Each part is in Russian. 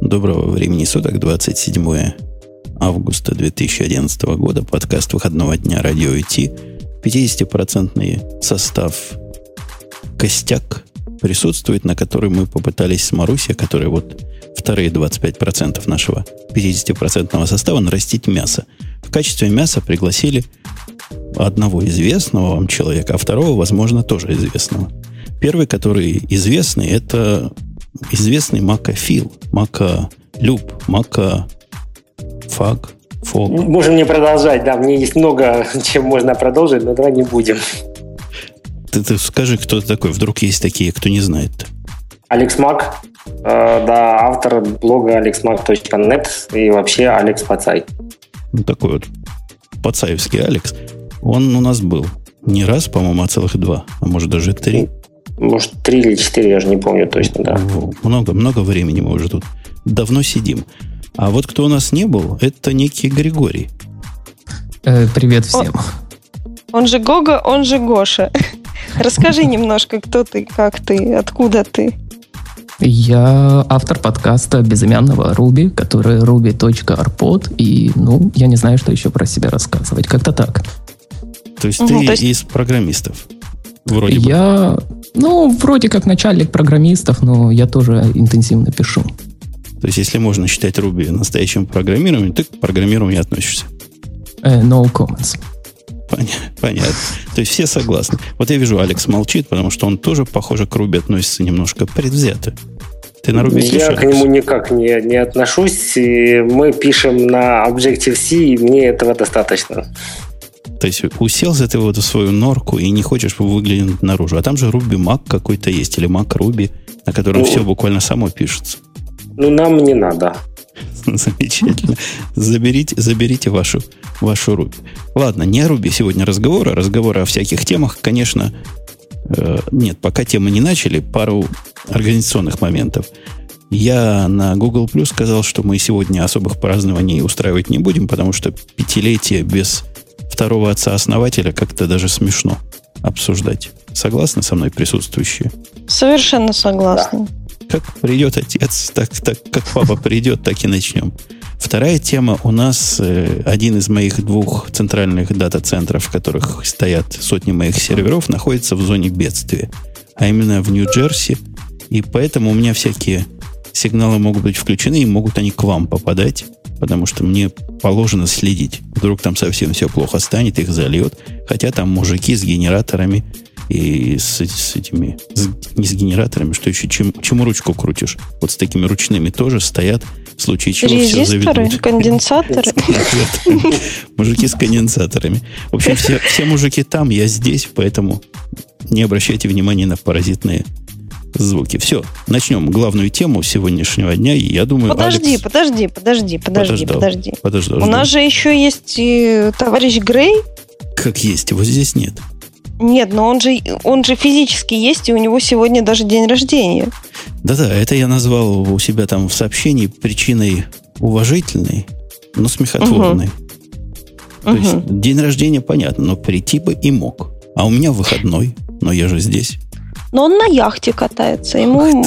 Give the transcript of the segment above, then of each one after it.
Доброго времени суток, 27 августа 2011 года, подкаст выходного дня «Радио IT». 50% состав «Костяк» присутствует, на который мы попытались с Марусей, который вот вторые 25% нашего 50% состава, нарастить мясо. В качестве мяса пригласили одного известного вам человека, а второго, возможно, тоже известного. Первый, который известный, это известный макафил, макалюб, макафаг, фог. Можем не продолжать, да, мне есть много чем можно продолжить, но давай не будем. Ты скажи, кто ты такой, вдруг есть такие, кто не знает. Алекс Мак, да, автор блога alexmac.net и вообще Алекс Пацай. Ну, такой вот пацаевский Алекс. Он у нас был не раз, по-моему, а целых 2, а может даже 3. Может, 3 или 4, я же не помню точно, да. Много времени мы уже тут давно сидим. А вот кто у нас не был, это некий Григорий. Привет всем. Он же Гога, он же Гоша. Расскажи немножко, кто ты, как ты, откуда ты. Я автор подкаста безымянного Руби, который ruby.arpod. И, я не знаю, что еще про себя рассказывать. Как-то так. То есть ты из программистов? Вроде бы. Вроде как начальник программистов, но я тоже интенсивно пишу. То есть, если можно считать Ruby настоящим программированием, ты к программированию относишься? No comments. Понятно. То есть, все согласны. Вот я вижу, Алекс молчит, потому что он тоже, похоже, к Ruby относится немножко предвзято. Ты на Ruby пишешь? Я к нему никак не отношусь. И мы пишем на Objective-C, и мне этого достаточно. То есть, уселся ты вот в свою норку и не хочешь выглянуть наружу. А там же Ruby Mac какой-то есть, или Mac Ruby, на котором все буквально само пишется. Нам не надо. Замечательно. Заберите вашу Ruby. Ладно, не о Ruby сегодня разговоры о всяких темах, конечно. Нет, пока темы не начали, пару организационных моментов. Я на Google Plus сказал, что мы сегодня особых празднований устраивать не будем, потому что 5-летие без второго отца-основателя как-то даже смешно обсуждать. Согласны со мной присутствующие? Совершенно согласна. Да. Как придет отец, так как папа придет, так и начнем. Вторая тема. У нас один из моих 2 центральных дата-центров, в которых стоят сотни моих серверов, находится в зоне бедствия. А именно в Нью-Джерси. И поэтому у меня всякие сигналы могут быть включены, и могут они к вам попадать, потому что мне положено следить. Вдруг там совсем все плохо станет, их зальет. Хотя там мужики с генераторами и с этими... Не с генераторами, что еще? Чему ручку крутишь? Вот с такими ручными тоже стоят, в случае чего все заведут. Резисторы, конденсаторы. Мужики с конденсаторами. В общем, все мужики там, я здесь, поэтому не обращайте внимания на паразитные звуки. Все, начнем главную тему сегодняшнего дня. И я думаю, Подожди. Подождал. У нас же еще есть товарищ Грей. Как есть, его здесь нет. Нет, но он же физически есть, и у него сегодня даже день рождения. Да-да, это я назвал у себя там в сообщении причиной уважительной, но смехотворной. То есть день рождения понятно, но прийти бы и мог. А у меня выходной, но я же здесь. Но он на яхте катается. Ему...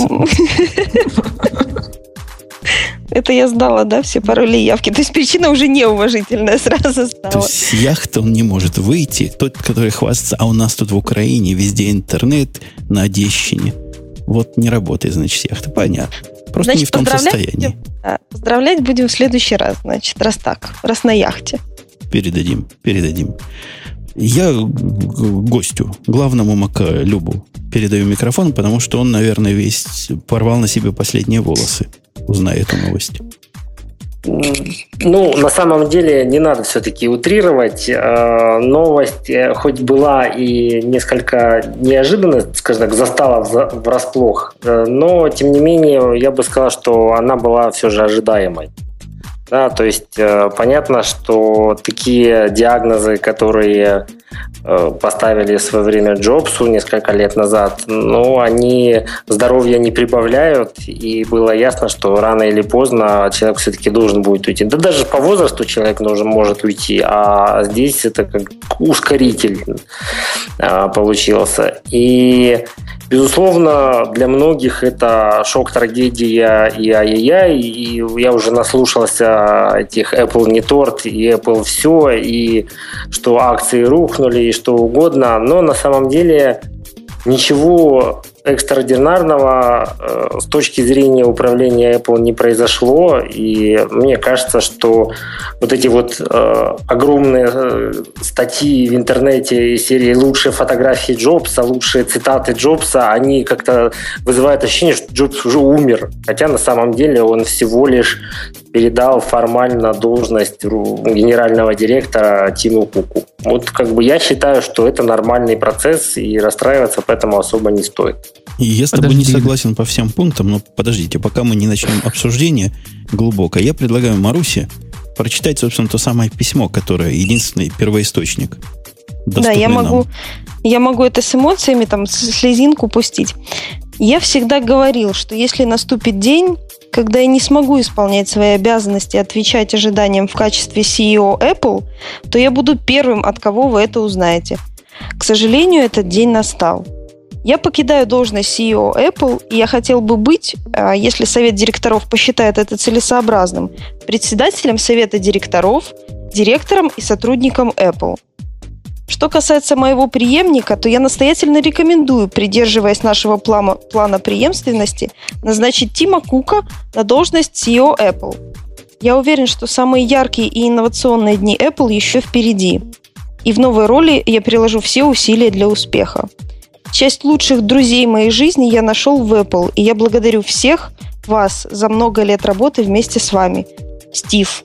Это я сдала, да, все пароли явки. То есть причина уже неуважительная сразу стала. То есть с яхты он не может выйти. Тот, который хвастается, а у нас тут в Украине везде интернет на Одещине. Вот не работает, значит, с яхты. Понятно. Просто значит, не в том состоянии. Поздравлять будем в следующий раз, значит, раз на яхте. Передадим. Я гостю, главному Макалюбу, передаю микрофон, потому что он, наверное, весь порвал на себе последние волосы, узная эту новость. На самом деле не надо все-таки утрировать. Новость хоть была и несколько неожиданно, скажем так, застала врасплох, но, тем не менее, я бы сказал, что она была все же ожидаемой. Да, то есть понятно, что такие диагнозы, которые поставили в свое время Джобсу несколько лет назад, они здоровья не прибавляют, и было ясно, что рано или поздно человек все-таки должен будет уйти. Да даже по возрасту человек может уйти, а здесь это как ускоритель получился. И Безусловно, для многих это шок, трагедия и ай-яй-яй, и я уже наслушался этих Apple не торт и Apple все, и что акции рухнули, и что угодно, но на самом деле ничего экстраординарного с точки зрения управления Apple не произошло, и мне кажется, что вот эти вот огромные статьи в интернете из серии «Лучшие фотографии Джобса», «Лучшие цитаты Джобса», они как-то вызывают ощущение, что Джобс уже умер, хотя на самом деле он всего лишь передал формально должность генерального директора Тиму Куку. Вот как бы я считаю, что это нормальный процесс, и расстраиваться поэтому особо не стоит. И я с тобой не согласен по всем пунктам, но подождите, пока мы не начнем обсуждение глубокое, я предлагаю Марусе прочитать, собственно, то самое письмо, которое единственный первоисточник. Да, я могу это с эмоциями, там, слезинку пустить. Я всегда говорил, что если наступит день, когда я не смогу исполнять свои обязанности и отвечать ожиданиям в качестве CEO Apple, то я буду первым, от кого вы это узнаете. К сожалению, этот день настал. Я покидаю должность CEO Apple, и я хотел бы быть, если совет директоров посчитает это целесообразным, председателем совета директоров, директором и сотрудником Apple. Что касается моего преемника, то я настоятельно рекомендую, придерживаясь нашего плана преемственности, назначить Тима Кука на должность CEO Apple. Я уверен, что самые яркие и инновационные дни Apple еще впереди. И в новой роли я приложу все усилия для успеха. Часть лучших друзей моей жизни я нашел в Apple, и я благодарю всех вас за много лет работы вместе с вами. Стив.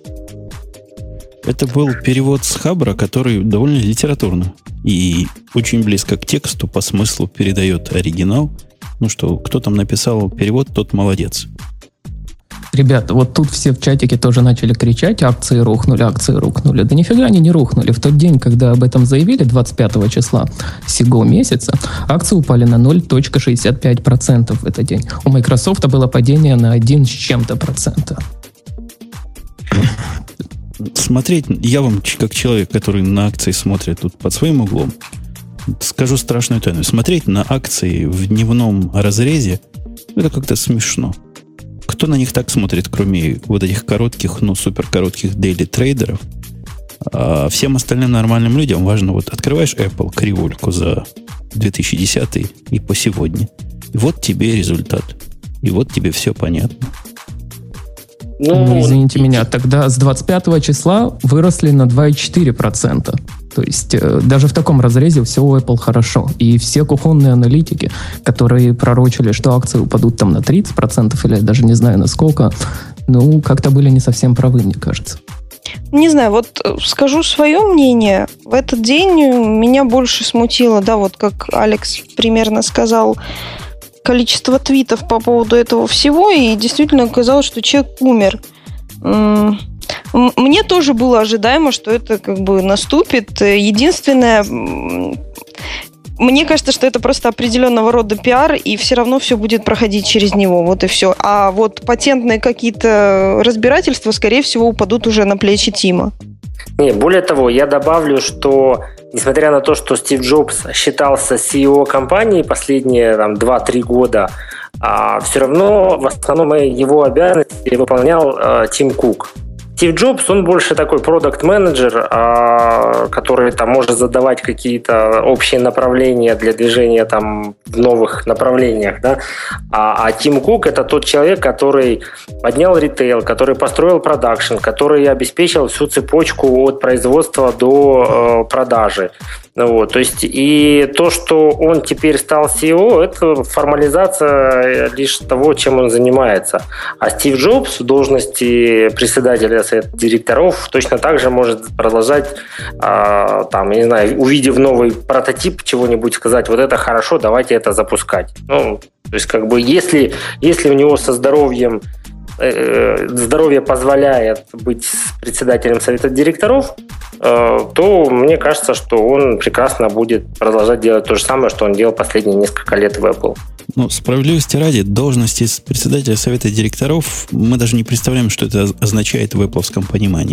Это был перевод с Хабра, который довольно литературно и очень близко к тексту по смыслу передает оригинал. Ну что, кто там написал перевод, тот молодец. Ребята, вот тут все в чатике тоже начали кричать: акции рухнули, акции рухнули. Да нифига они не рухнули. В тот день, когда об этом заявили, 25 числа сего месяца, акции упали на 0,65% в этот день. У Microsoft было падение на 1 с чем-то процента. Смотреть, я вам, как человек, который на акции смотрит тут под своим углом, скажу страшную тайну. Смотреть на акции в дневном разрезе, это как-то смешно. Кто на них так смотрит, кроме вот этих коротких, ну, суперкоротких дейли-трейдеров? А всем остальным нормальным людям важно, вот открываешь Apple кривульку за 2010 и по сегодня. И вот тебе результат. И вот тебе все понятно. Ну, извините меня, тогда с 25 числа выросли на 2,4%. То есть даже в таком разрезе все у Apple хорошо. И все кухонные аналитики, которые пророчили, что акции упадут там на 30%, или я даже не знаю на сколько, ну, как-то были не совсем правы, мне кажется. Не знаю, вот скажу свое мнение. В этот день меня больше смутило, да, вот как Алекс примерно сказал, количество твитов по поводу этого всего, и действительно оказалось, что человек умер. Мне тоже было ожидаемо, что это как бы наступит. Единственное, мне кажется, что это просто определенного рода пиар, и все равно все будет проходить через него, вот и все. А вот патентные какие-то разбирательства, скорее всего, упадут уже на плечи Тима. Не, более того, я добавлю, что несмотря на то, что Стив Джобс считался CEO компании последние 2-3 года, все равно в основном его обязанности выполнял Тим Кук. Стив Джобс, он больше такой продакт-менеджер, который там может задавать какие-то общие направления для движения там в новых направлениях, да? А Тим Кук — это тот человек, который поднял ритейл, который построил продакшн, который обеспечил всю цепочку от производства до продажи. Вот, то есть и то, что он теперь стал CEO, это формализация лишь того, чем он занимается. А Стив Джобс в должности председателя совета директоров точно так же может продолжать, там, не знаю, увидев новый прототип чего-нибудь, сказать: вот это хорошо, давайте это запускать. Ну, то есть как бы если у него со здоровьем здоровье позволяет быть председателем совета директоров, то мне кажется, что он прекрасно будет продолжать делать то же самое, что он делал последние несколько лет в Apple. Ну, справедливости ради, должности председателя совета директоров мы даже не представляем, что это означает в Apple-овском понимании.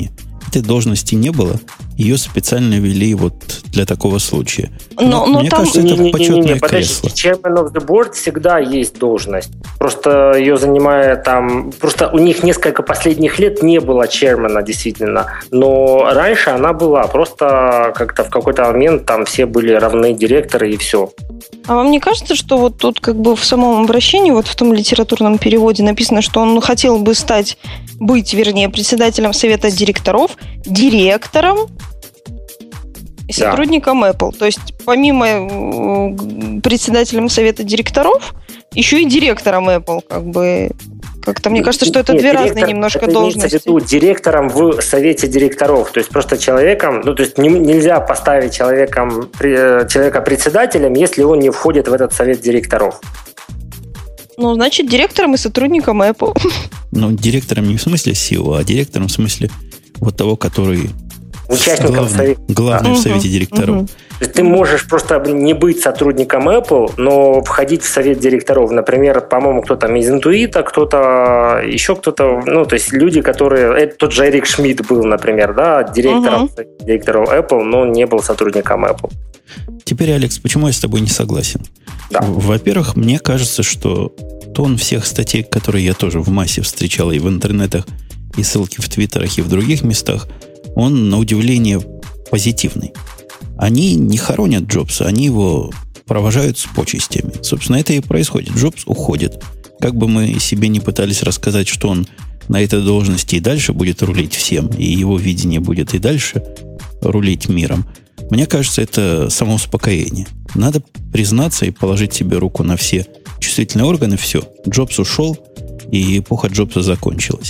Этой должности не было, ее специально ввели вот для такого случая. Но мне там... кажется, это почетное кресло. Chairman of the Board всегда есть должность. Просто ее занимает там... Просто у них несколько последних лет не было chairman, действительно. Но раньше она была. Просто как-то в какой-то момент там все были равны директоры и все. А вам не кажется, что вот тут как бы в самом обращении, вот в том литературном переводе написано, что он хотел бы быть председателем совета директоров, директором и сотрудником Apple. То есть помимо председателем совета директоров, еще и директором Apple, как бы. Как-то мне кажется, что это две разные немножко должности. Имеется в виду директором в совете директоров, то есть просто человеком, то есть нельзя поставить человека председателем, если он не входит в этот совет директоров. Ну, значит, директором и сотрудником Apple. Ну, директором не в смысле SEO, а директором в смысле вот того, который главный в совете директоров. То есть ты можешь просто не быть сотрудником Apple, но входить в совет директоров. Например, по-моему, кто-то из Intuit, кто-то еще кто-то, то есть люди, которые... Тот же Эрик Шмидт был, например, да, директором директоров Apple, но не был сотрудником Apple. Теперь, Алекс, почему я с тобой не согласен? Да. Во-первых, мне кажется, что тон всех статей, которые я тоже в массе встречал и в интернетах, и ссылки в твиттерах, и в других местах, он, на удивление, позитивный. Они не хоронят Джобса, они его провожают с почестями. Собственно, это и происходит. Джобс уходит. Как бы мы себе не пытались рассказать, что он на этой должности и дальше будет рулить всем, и его видение будет и дальше рулить миром, мне кажется, это самоуспокоение. Надо признаться и положить себе руку на все чувствительные органы. Все, Джобс ушел, и эпоха Джобса закончилась.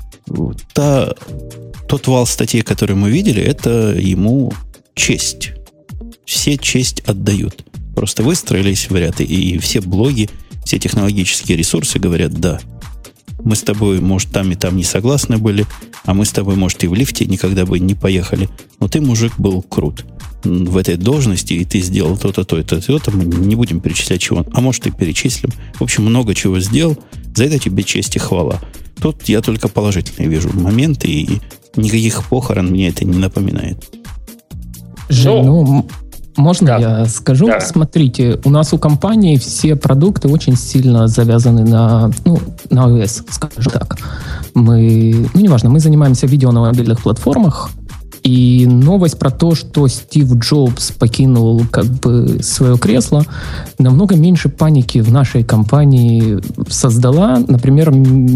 Тот вал статей, который мы видели, это ему честь. Все честь отдают. Просто выстроились в ряд, и все блоги, все технологические ресурсы говорят, да, мы с тобой, может, там и там не согласны были, а мы с тобой, может, и в лифте никогда бы не поехали, но ты, мужик, был крут в этой должности, и ты сделал то-то, то-то, то-то, мы не будем перечислять чего, а может, и перечислим. В общем, много чего сделал, за это тебе честь и хвала. Тут я только положительные вижу моменты, и никаких похорон мне это не напоминает. Жень, можно я скажу? Да. Смотрите, у нас у компании все продукты очень сильно завязаны на iOS, скажем так. Неважно, мы занимаемся видео на мобильных платформах, и новость про то, что Стив Джобс покинул свое кресло, намного меньше паники в нашей компании создала, например,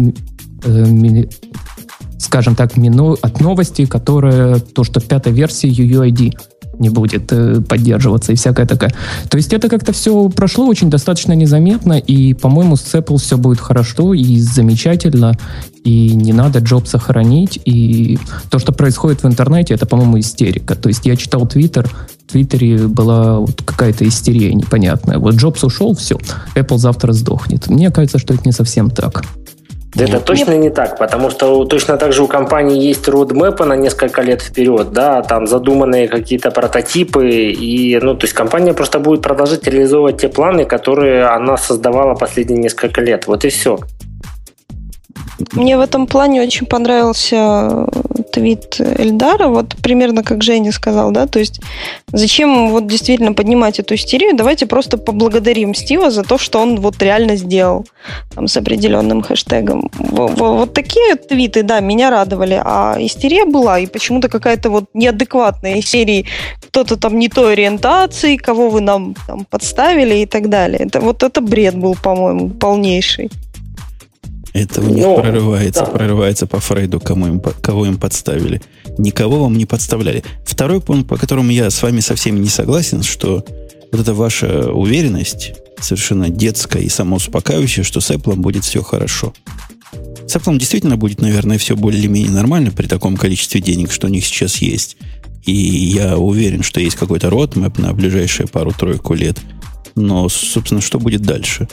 скажем так, от новости, которая то, что в 5-й версии UUID не будет поддерживаться и всякое такое. То есть это как-то все прошло очень достаточно незаметно, и, по-моему, с Apple все будет хорошо и замечательно, и не надо Джобса хоронить, и то, что происходит в интернете, это, по-моему, истерика. То есть я читал Твиттер, в Твиттере была вот какая-то истерия непонятная. Вот Джобс ушел, все, Apple завтра сдохнет. Мне кажется, что это не совсем так. Это точно не так, потому что точно так же у компании есть роудмэпы на несколько лет вперед, да, там задуманные какие-то прототипы, и, то есть компания просто будет продолжать реализовывать те планы, которые она создавала последние несколько лет, вот и все. Мне в этом плане очень понравился твит Эльдара, вот примерно как Женя сказал, да, то есть зачем вот действительно поднимать эту истерию, давайте просто поблагодарим Стива за то, что он вот реально сделал там, с определенным хэштегом. Вот такие твиты, да, меня радовали, а истерия была, и почему-то какая-то вот неадекватная из серии кто-то там не той ориентации, кого вы нам там подставили и так далее. Это бред был, по-моему, полнейший. Это у них прорывается по Фрейду, кого им подставили. Никого вам не подставляли. Второй пункт, по которому я с вами совсем не согласен, что вот эта ваша уверенность совершенно детская и самоуспокаивающая, что с Apple будет все хорошо. С Apple действительно будет, наверное, все более-менее нормально при таком количестве денег, что у них сейчас есть. И я уверен, что есть какой-то roadmap на ближайшие пару-тройку лет. Но, собственно, что будет дальше?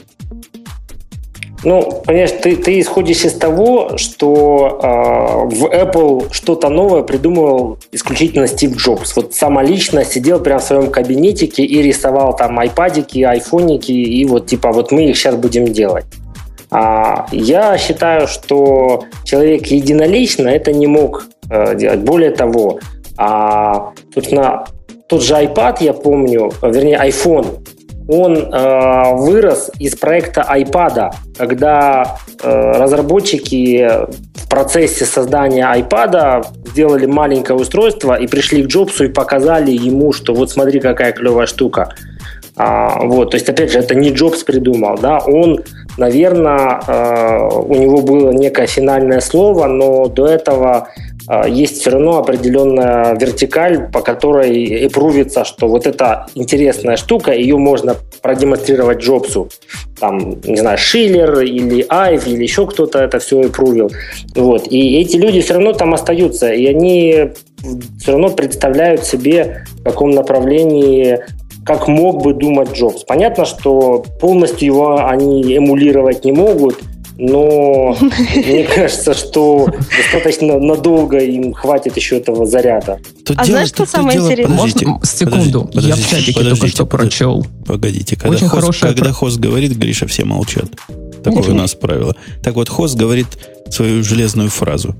Понимаешь, ты исходишь из того, что в Apple что-то новое придумывал исключительно Стив Джобс. Вот самолично сидел прямо в своем кабинетике и рисовал там айпадики, айфоники, и вот мы их сейчас будем делать. Я считаю, что человек единолично это не мог делать. Более того, собственно, тот же iPad, я помню, вернее, iPhone, он вырос из проекта iPad, когда разработчики в процессе создания iPad сделали маленькое устройство и пришли к Джобсу и показали ему, что вот смотри, какая клевая штука. То есть, опять же, это не Джобс придумал, да, он, наверное, у него было некое финальное слово, но до этого есть все равно определенная вертикаль, по которой эпрувится, что вот эта интересная штука, ее можно продемонстрировать Джобсу. Там, не знаю, Шиллер или Айв или еще кто-то это все эпрувил. Вот. И эти люди все равно там остаются, и они все равно представляют себе, в каком направлении, как мог бы думать Джобс. Понятно, что полностью его они эмулировать не могут, но мне кажется, что достаточно надолго им хватит еще этого заряда. Знаешь, что самое интересное? Можно секунду? Я в чатике только что прочел. Погодите, когда хост говорит, Гриша, все молчат. Такое у нас правило. Так вот, хост говорит свою железную фразу.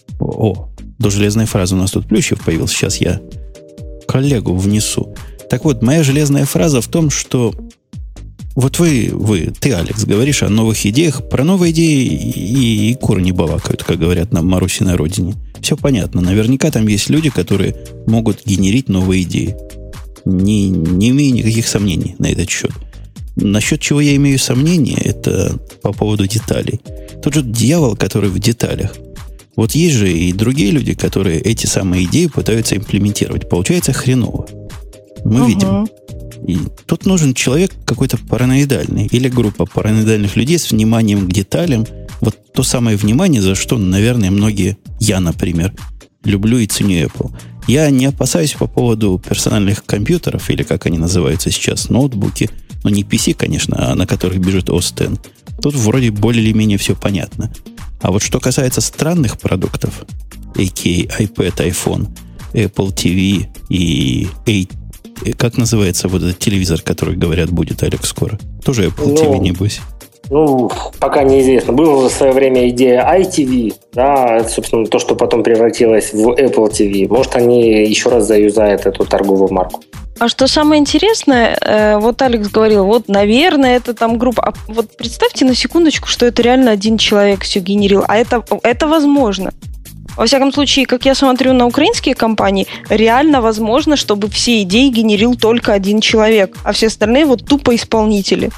До железной фразы у нас тут Плющев появился. Сейчас я коллегу внесу. Так вот, моя железная фраза в том, что вот ты, Алекс, говоришь о новых идеях. Про новые идеи и куры не балакают, как говорят на Марусиной родине. Все понятно. Наверняка там есть люди, которые могут генерить новые идеи. Не имею никаких сомнений на этот счет. Насчет чего я имею сомнения, это по поводу деталей. Тот же дьявол, который в деталях. Вот есть же и другие люди, которые эти самые идеи пытаются имплементировать. Получается хреново. Мы видим. И тут нужен человек какой-то параноидальный или группа параноидальных людей с вниманием к деталям. Вот то самое внимание, за что, наверное, многие, я, например, люблю и ценю Apple. Я не опасаюсь по поводу персональных компьютеров, или как они называются сейчас, ноутбуки. Но не PC, конечно, а на которых бежит OS X. Тут вроде более или менее все понятно. А вот что касается странных продуктов, a.k.a. iPad, iPhone, Apple TV и как называется вот этот телевизор, который, говорят, будет, Алекс, скоро? Тоже Apple TV, небось? Пока неизвестно. Была в свое время идея iTV, да, это, собственно, то, что потом превратилось в Apple TV. Может, они еще раз заюзают эту торговую марку. А что самое интересное, вот Алекс говорил, вот, наверное, это там группа. А вот представьте на секундочку, что это реально один человек все генерил. А это возможно. Во всяком случае, как я смотрю на украинские компании, реально возможно, чтобы все идеи генерил только один человек, а все остальные вот тупо исполнители.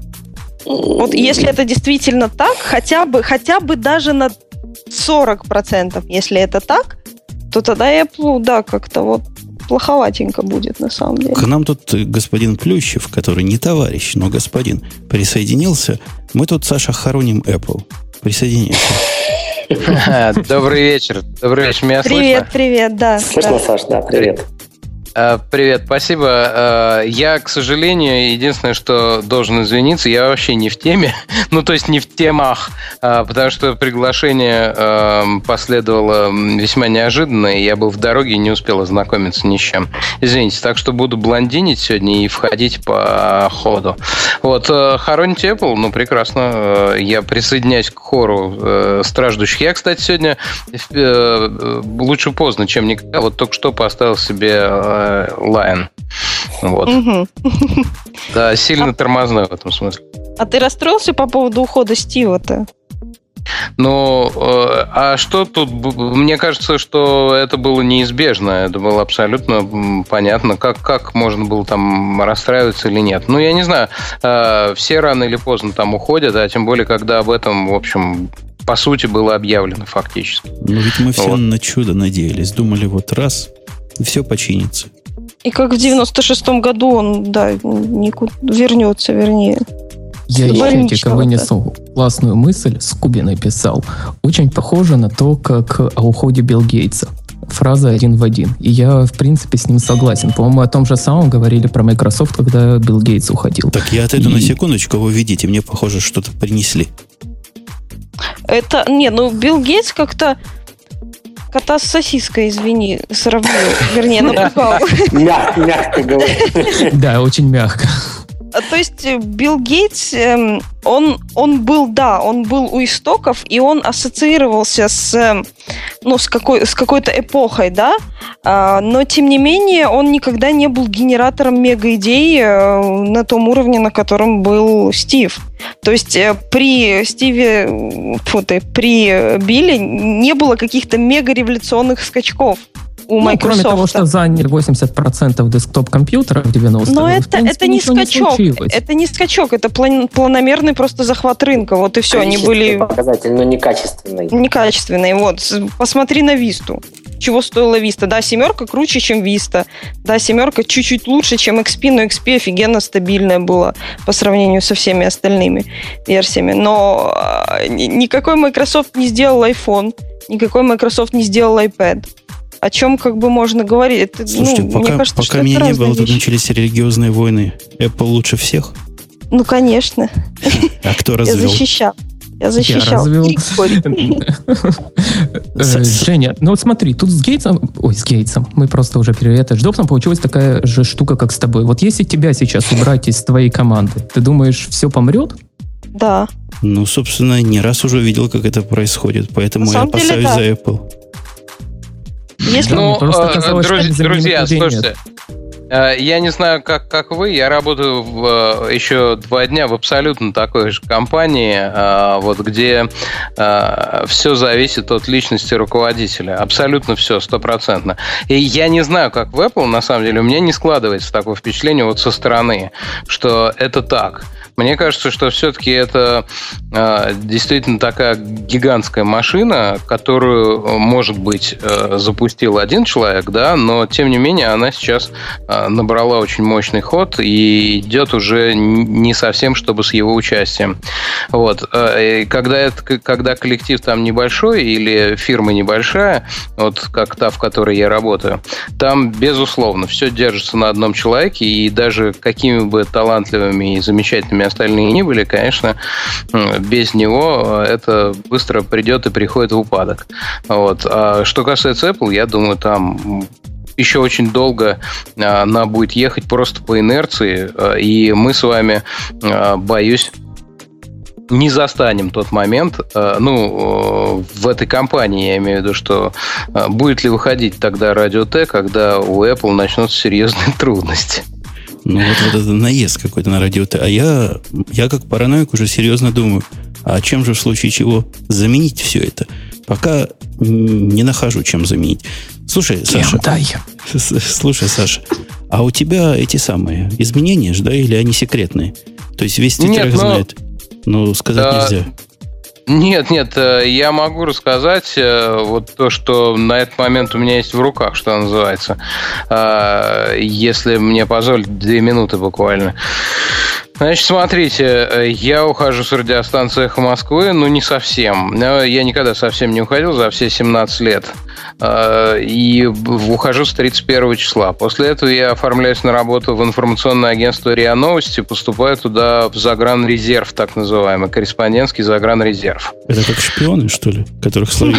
Вот если это действительно так, хотя бы даже на 40%, если это так, то тогда Apple, да, как-то вот плоховатенько будет на самом деле. К нам тут господин Плющев, который не товарищ, но господин, присоединился. Мы тут, Саша, хороним Apple. Присоединяйся. Добрый вечер. Добрый вечер. Меня слышно? Привет, да. Слышно, Саш, да, привет. Привет, спасибо. Я, к сожалению, единственное, что должен извиниться, я вообще не в теме, то есть не в темах, потому что приглашение последовало весьма неожиданно, и я был в дороге и не успел ознакомиться ни с чем. Извините, так что буду блондинить сегодня и входить по ходу. Вот, хороните Apple, прекрасно. Я присоединяюсь к хору страждущих. Я, кстати, сегодня лучше поздно, чем никогда, вот только что поставил себе Lion. Вот. Да, сильно тормозной в этом смысле. А ты расстроился по поводу ухода Стива-то? А что тут? Мне кажется, что это было неизбежно. Это было абсолютно понятно. Как можно было там расстраиваться или нет. Я не знаю. Все рано или поздно там уходят, а тем более, когда об этом, в общем, по сути, было объявлено фактически. Ведь мы все на чудо надеялись. Думали, вот раз, и все починится. И как в 96-м году он, вернется, вернее. Я из чатика вынесу классную мысль, Скуби написал. Очень похоже на то, как о уходе Билл Гейтса. Фраза один в один. И я, в принципе, с ним согласен. По-моему, о том же самом говорили про Microsoft, когда Билл Гейтс уходил. Так я отойду на секундочку, вы видите, мне, похоже, что-то принесли. Билл Гейтс как-то кота с сосиской, извини, сравнил. Вернее, напугал. Мягко говоря. Да, очень мягко. То есть Билл Гейтс, он был у истоков, и он ассоциировался с какой-то эпохой, да, но, тем не менее, он никогда не был генератором мега-идей на том уровне, на котором был Стив. То есть при Билле не было каких-то мега-революционных скачков у Microsoft. Кроме того, что заняли 80% десктоп-компьютеров в 90-е. Но это не скачок. Это не скачок, это планомерный просто захват рынка. Вот и все. Они были... показатель, но некачественный. Некачественный. Вот. Посмотри на Висту. Чего стоила Vista? Да, 7 круче, чем Vista. Да, 7 чуть-чуть лучше, чем XP, но XP офигенно стабильная была по сравнению со всеми остальными версиями. Но никакой Microsoft не сделал iPhone, никакой Microsoft не сделал iPad. О чем можно говорить? Это, слушайте, мне кажется, пока меня не было, тут начались религиозные войны. Apple лучше всех? Ну, конечно. А кто развел? Я защищал. Женя, ну вот смотри, тут с Гейтсом, мы просто уже с Джобсом получилась такая же штука, как с тобой. Вот если тебя сейчас убрать из твоей команды, ты думаешь, все помрет? Да. Ну, собственно, не раз уже видел, как это происходит, поэтому я опасаюсь за Apple. Друзья, слушайте, я не знаю, как вы, я работаю еще 2 дня в абсолютно такой же компании, где все зависит от личности руководителя. Абсолютно все, 100%. И я не знаю, как в Apple, на самом деле, у меня не складывается такое впечатление со стороны, что это так. Мне кажется, что все-таки это действительно такая гигантская машина, которую, может быть, запустил один человек, да, но, тем не менее, она сейчас набрала очень мощный ход и идет уже не совсем, чтобы с его участием. Вот. Когда коллектив там небольшой или фирма небольшая, вот как та, в которой я работаю, там, безусловно, все держится на одном человеке, и даже какими бы талантливыми и замечательными остальные не были, конечно, без него это быстро придет и приходит в упадок. Вот. А что касается Apple, я думаю, там еще очень долго она будет ехать просто по инерции, и мы с вами, боюсь, не застанем тот момент, в этой компании, я имею в виду, что будет ли выходить тогда Радио Т, когда у Apple начнутся серьезные трудности. Ну, вот это наезд какой-то на Радио Т. А я как параноик уже серьезно думаю, а чем же в случае чего заменить все это? Пока не нахожу, чем заменить. Слушай, Саша. Слушай, Саша, а у тебя эти самые изменения же, да, или они секретные? То есть весь Твиттер их знает. Ну, сказать нельзя. Нет, я могу рассказать вот то, что на этот момент у меня есть в руках, что называется. Если мне позволить 2 минуты буквально. Значит, смотрите, я ухожу с радиостанции «Эхо Москвы», не совсем. Я никогда совсем не уходил за все 17 лет. И ухожу с 31 числа. После этого я оформляюсь на работу в информационное агентство РИА Новости, поступаю туда в загранрезерв, так называемый, корреспондентский загранрезерв. Это как шпионы, что ли, которых словили?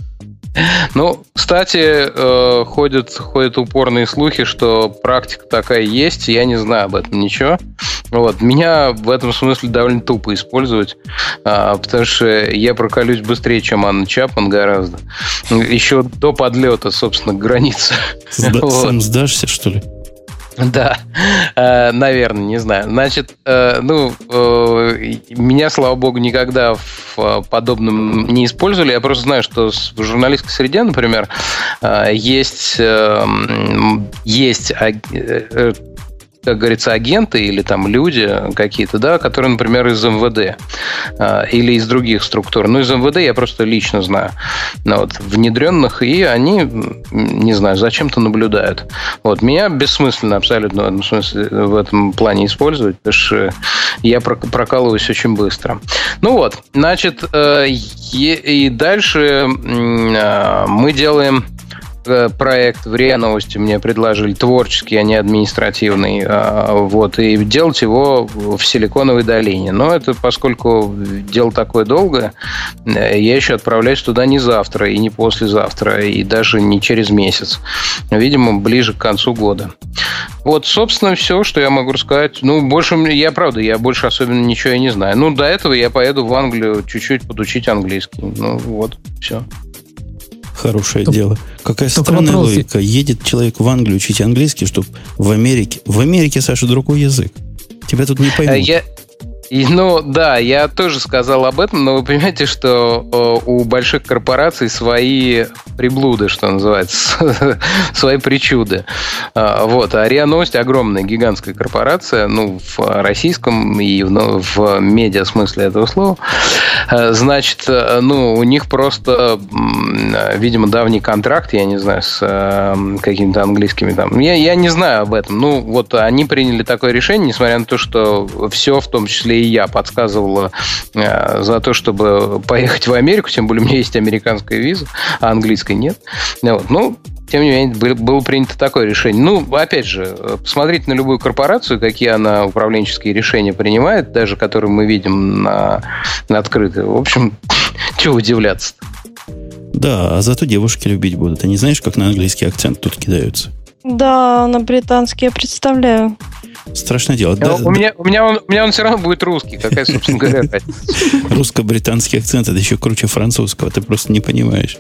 Кстати, ходят упорные слухи, что практика такая есть, я не знаю об этом ничего. Вот. Меня в этом смысле довольно тупо использовать, потому что я проколюсь быстрее, чем Анна Чапман гораздо. Еще до подлета, собственно, к границе. Сам сдашься, что ли? Да, наверное, не знаю. Значит, меня, слава богу, никогда в подобном не использовали. Я просто знаю, что в журналистской среде, например, есть как говорится, агенты или там люди какие-то, да, которые, например, из МВД или из других структур. Из МВД я просто лично знаю. Внедренных, и они, не знаю, зачем-то наблюдают. Меня бессмысленно абсолютно в этом плане использовать, потому что я прокалываюсь очень быстро. Значит, и дальше мы делаем проект в РИА Новости мне предложили, творческий, а не административный, вот, и делать его в Силиконовой долине. Но это, поскольку дело такое долгое, я еще отправляюсь туда не завтра и не послезавтра, и даже не через месяц. Видимо, ближе к концу года. Вот, собственно, все, что я могу рассказать. Ну, больше, я больше особенно ничего и не знаю. Ну, до этого я поеду в Англию чуть-чуть подучить английский. Ну, вот, все. Хорошее дело. Какая странная логика. Едет человек в Англию учить английский, чтобы в Америке... В Америке, Саша, другой язык. Тебя тут не поймут. Ну, да, я тоже сказал об этом, но вы понимаете, что у больших корпораций свои приблуды, что называется, свои причуды. Вот. А РИА Новости огромная, гигантская корпорация, ну, в российском и в медиа смысле этого слова. Значит, ну, у них просто, видимо, давний контракт, я не знаю, с какими-то английскими там. Я не знаю об этом. Ну, вот они приняли такое решение, несмотря на то, что все, в том числе и я, подсказывала за то, чтобы поехать в Америку, тем более у меня есть американская виза, а английской нет. Вот. Ну, тем не менее, было принято такое решение. Ну, опять же, посмотрите на любую корпорацию, какие она управленческие решения принимает, даже которые мы видим на открытые. В общем, чего удивляться-то? Да, а зато девушки любить будут. А не знаешь, как на английский акцент тут кидаются? Да, на британский я представляю. Страшное дело. У меня он все равно будет русский. Какая, собственно говоря, русско-британский акцент, это еще круче французского. Ты просто не понимаешь.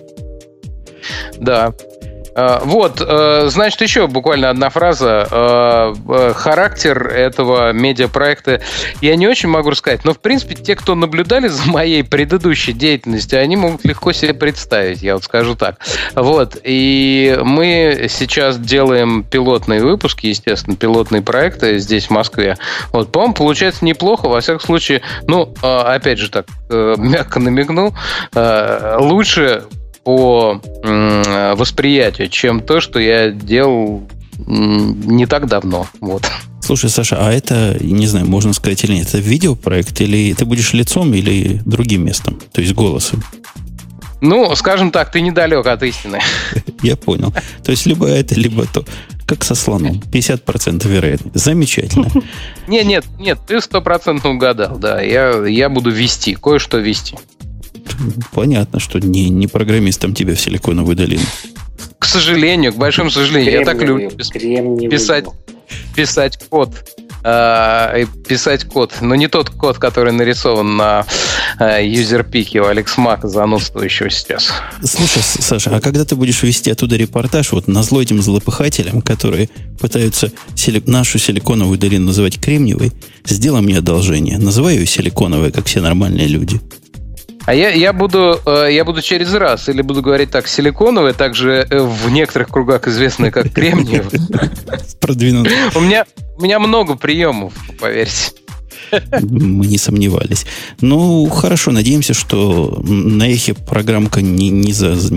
Да. Вот, значит, еще буквально одна фраза. Характер этого медиапроекта я не очень могу рассказать, но, в принципе, те, кто наблюдали за моей предыдущей деятельностью, они могут легко себе представить, я вот скажу так. Вот, и мы сейчас делаем пилотные выпуски, естественно, пилотные проекты здесь, в Москве. Вот, по-моему, получается неплохо, во всяком случае, ну, опять же так, мягко намекну, лучше по восприятию, чем то, что я делал не так давно. Вот. Слушай, Саша, а это, не знаю, можно сказать или нет, это видеопроект, или ты будешь лицом, или другим местом, то есть голосом? Ну, скажем так, ты недалек от истины. Я понял. То есть либо это, либо то. Как со слоном. 50% вероятно. Замечательно. Нет, ты 100% угадал. Да, я буду вести, кое-что вести. Понятно, что не программистом тебя в Силиконовую долину. К сожалению, к большому сожалению. Я так люблю писать код. Писать код. Но не тот код, который нарисован на юзерпике у Алекс.Мака, занудствующего сейчас. Слушай, Саша, а когда ты будешь вести оттуда репортаж, вот назло этим злопыхателям, которые пытаются нашу Силиконовую долину называть Кремниевой, сделай мне одолжение. Называй ее Силиконовой, как все нормальные люди. А я буду через раз, или буду говорить так, силиконовая, также в некоторых кругах известная как кремниевая. Продвинутый. У меня много приемов, поверьте. Мы не сомневались. Ну, хорошо, надеемся, что на эхе программка не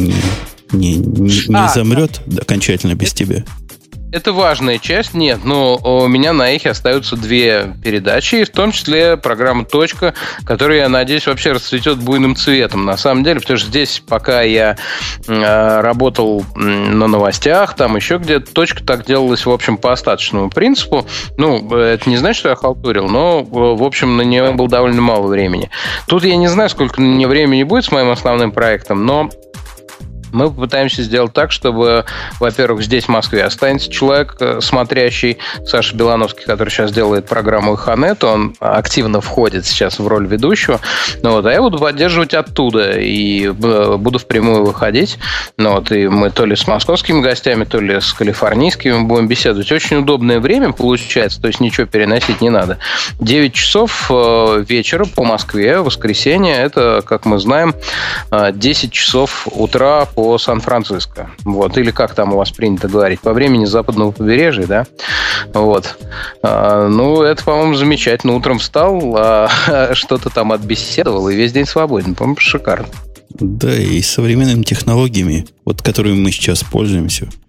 замрет окончательно без тебя. Это важная часть, нет, но у меня на эхе остаются 2 передачи, в том числе программа «Точка», которая, я надеюсь, вообще расцветет буйным цветом, на самом деле, потому что здесь, пока я работал на новостях, там еще где-то, «Точка» так делалась, в общем, по остаточному принципу. Ну, это не значит, что я халтурил, но, в общем, на нее было довольно мало времени. Тут я не знаю, сколько на нее времени будет с моим основным проектом, но мы попытаемся сделать так, чтобы, во-первых, здесь, в Москве, останется человек, смотрящий, Саша Белановский, который сейчас делает программу «Иханет», он активно входит сейчас в роль ведущего, вот, а я буду поддерживать оттуда и буду впрямую выходить, вот, и мы то ли с московскими гостями, то ли с калифорнийскими будем беседовать. Очень удобное время получается, то есть ничего переносить не надо. 9 часов вечера по Москве, воскресенье, это, как мы знаем, 10 часов утра по Сан-Франциско. Вот. Или как там у вас принято говорить, по времени западного побережья, да? Вот. Ну, это, по-моему, замечательно. Утром встал, что-то там отбеседовал, и весь день свободен. По-моему, шикарно. Да, и современными технологиями, вот которыми мы сейчас пользуемся,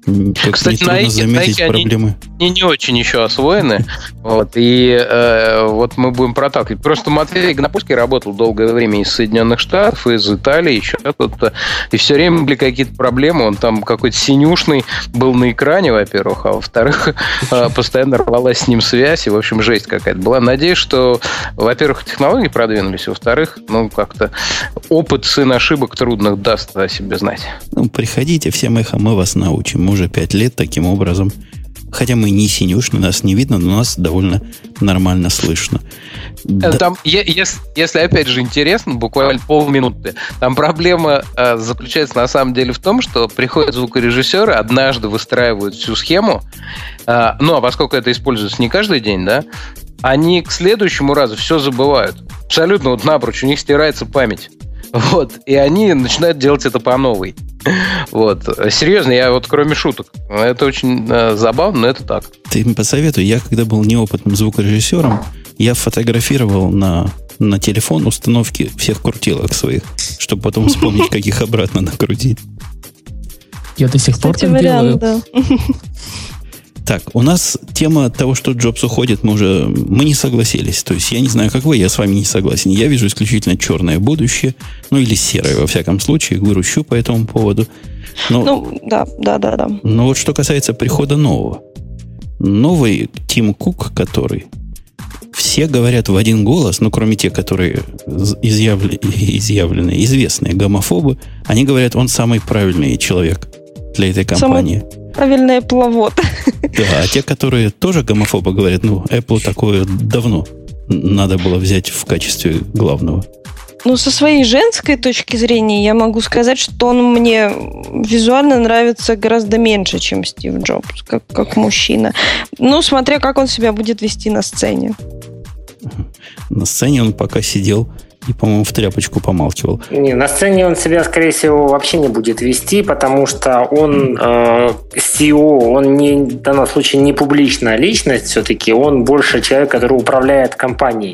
Кстати, Nike проблемы. Они не очень еще освоены. Вот, и вот мы будем проталкивать. Просто Матвей Гнопольский работал долгое время из Соединенных Штатов, из Италии, еще кто-то. И все время были какие-то проблемы. Он там какой-то синюшный был на экране, во-первых, а во-вторых, постоянно рвалась с ним связь. И, в общем, жесть какая-то была. Надеюсь, что, во-первых, технологии продвинулись, во-вторых, как-то опыт сын ошибок трудных даст о себе знать. Приходите, всем эхо, мы вас научим. Мы уже 5 лет таким образом. Хотя мы не синюшны, нас не видно, но нас довольно нормально слышно. Там, если опять же интересно, буквально полминуты, там проблема заключается на самом деле в том, что приходят звукорежиссеры, однажды выстраивают всю схему, а поскольку это используется не каждый день, да, они к следующему разу все забывают. Абсолютно напрочь, у них стирается память. Вот, и они начинают делать это по новой. Вот. Серьезно, я кроме шуток. Это очень забавно, но это так. Ты им посоветуй. Я, когда был неопытным звукорежиссером, я фотографировал на телефон установки всех крутилок своих, чтобы потом вспомнить, как их обратно накрутить. Я до сих пор так делаю. Да. Так, у нас тема того, что Джобс уходит, мы не согласились. То есть я не знаю, как вы, я с вами не согласен. Я вижу исключительно черное будущее, или серое, во всяком случае, грущу по этому поводу. Да. Но вот что касается прихода нового. Новый Тим Кук, который... Все говорят в один голос, кроме тех, которые изъявленные, известные гомофобы, они говорят, он самый правильный человек для этой компании. Правильное плавот. Да, а те, которые тоже гомофобы, говорят, Apple такое давно надо было взять в качестве главного. Со своей женской точки зрения я могу сказать, что он мне визуально нравится гораздо меньше, чем Стив Джобс, как мужчина. Смотря как он себя будет вести на сцене. На сцене он пока сидел и, по-моему, в тряпочку помалкивал. Не, на сцене он себя, скорее всего, вообще не будет вести, потому что он CEO, он в данном случае не публичная личность все-таки, он больше человек, который управляет компанией.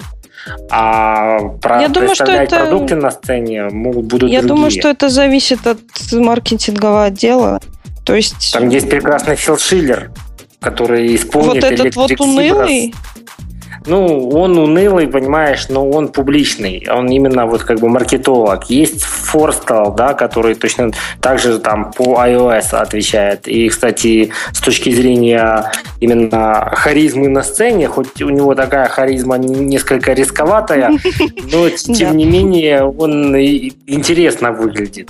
А представлять продукты на сцене будут другие. Я думаю, что это зависит от маркетингового отдела. То есть... Там есть прекрасный Фил Шиллер, который исполнит вот этот вот унылый... он унылый, понимаешь, но он публичный. Он именно маркетолог. Есть Форстал, да, который точно так же там по iOS отвечает. И, кстати, с точки зрения именно харизмы на сцене, хоть у него такая харизма несколько рисковатая, но тем не менее он интересно выглядит.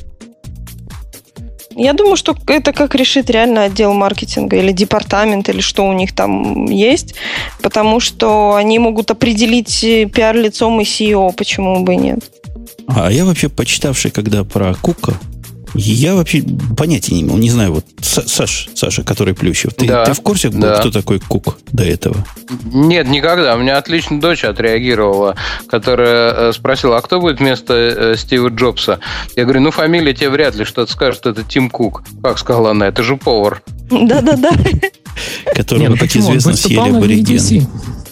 Я думаю, что это как решит реально отдел маркетинга или департамент, или что у них там есть, потому что они могут определить пиар-лицом и CEO, почему бы и нет. А я вообще, почитавший когда про Кука, я вообще понятия не имел. Не знаю, Саша, который Плющев, ты в курсе был, кто такой Кук до этого? Нет, никогда. У меня отлично дочь отреагировала, которая спросила, а кто будет вместо Стива Джобса? Я говорю, фамилия тебе вряд ли что-то скажет, это Тим Кук. Как сказала она, это же повар. Да-да-да. Которого, как известно, съели аборигены.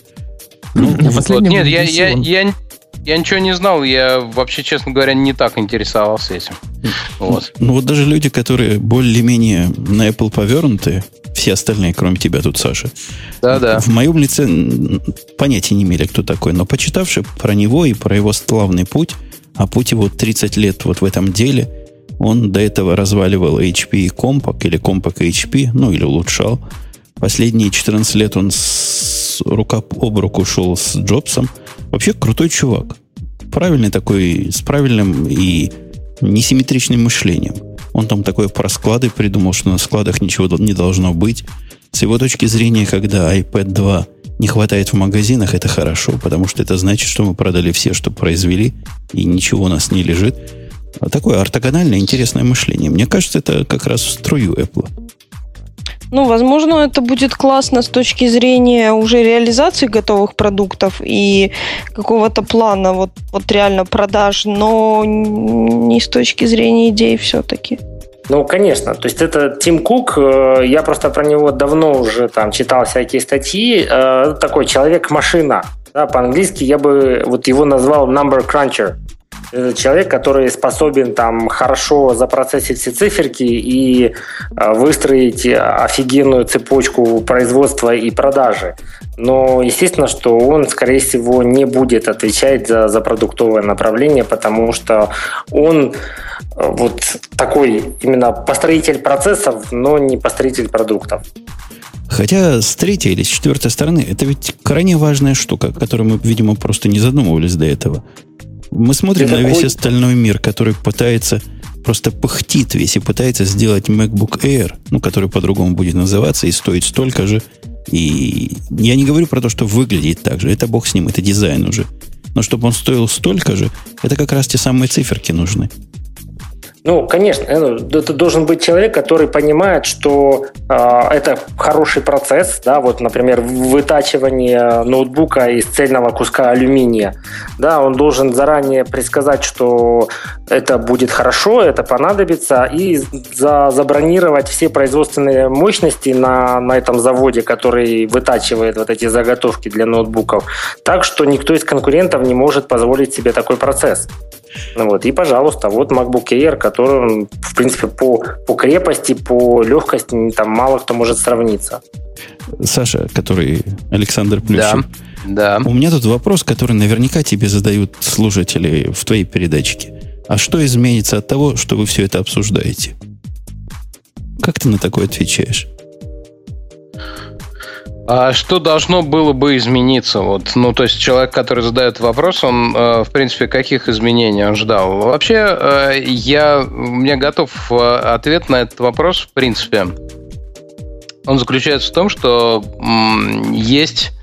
Нет, я ничего не знал, я вообще, честно говоря, не так интересовался этим. Даже люди, которые более-менее на Apple повернуты, все остальные, кроме тебя тут, Саша, в моем лице понятия не имели, кто такой, но почитавши про него и про его славный путь, а путь его 30 лет в этом деле, он до этого разваливал HP и Compaq, или Compaq и HP, или улучшал. Последние 14 лет он рука об руку шел с Джобсом. Вообще крутой чувак. Правильный такой, с правильным и несимметричным мышлением. Он там такое про склады придумал, что на складах ничего не должно быть. С его точки зрения, когда iPad 2 не хватает в магазинах, это хорошо, потому что это значит, что мы продали все, что произвели, и ничего у нас не лежит. А такое ортогональное, интересное мышление. Мне кажется, это как раз в струю Apple. Возможно, это будет классно с точки зрения уже реализации готовых продуктов и какого-то плана вот реально продаж, но не с точки зрения идей все-таки. Конечно. То есть это Тим Кук, я просто про него давно уже читал всякие статьи. Такой человек-машина. Да, по-английски я бы его назвал number cruncher. Это человек, который способен там хорошо запроцессить все циферки и выстроить офигенную цепочку производства и продажи. Но, естественно, что он, скорее всего, не будет отвечать за продуктовое направление, потому что он вот такой именно построитель процессов, но не построитель продуктов. Хотя с третьей или с четвертой стороны, это ведь крайне важная штука, о которой мы, видимо, просто не задумывались до этого. Мы смотрим на весь остальной мир, который пытается, просто пыхтит весь и пытается сделать MacBook Air, который по-другому будет называться и стоит столько же. И я не говорю про то, что выглядит так же, это бог с ним, это дизайн уже. Но чтобы он стоил столько же, это как раз те самые циферки нужны. Ну, конечно, это должен быть человек, который понимает, что это хороший процесс, да, вот, например, вытачивание ноутбука из цельного куска алюминия, да, он должен заранее предсказать, что это будет хорошо, это понадобится, и забронировать все производственные мощности на этом заводе, который вытачивает вот эти заготовки для ноутбуков, так что никто из конкурентов не может позволить себе такой процесс. Вот. И, пожалуйста, вот MacBook Air, который, в принципе, по крепости, по легкости там мало кто может сравниться. Саша, который Александр Плющев. Да. У меня тут вопрос, который наверняка тебе задают слушатели в твоей передачке. А что изменится от того, что вы все это обсуждаете? Как ты на такое отвечаешь? А что должно было бы измениться? Вот, то есть человек, который задает вопрос, он, в принципе, каких изменений он ждал? Вообще, у меня готов ответ на этот вопрос, в принципе. Он заключается в том, что есть...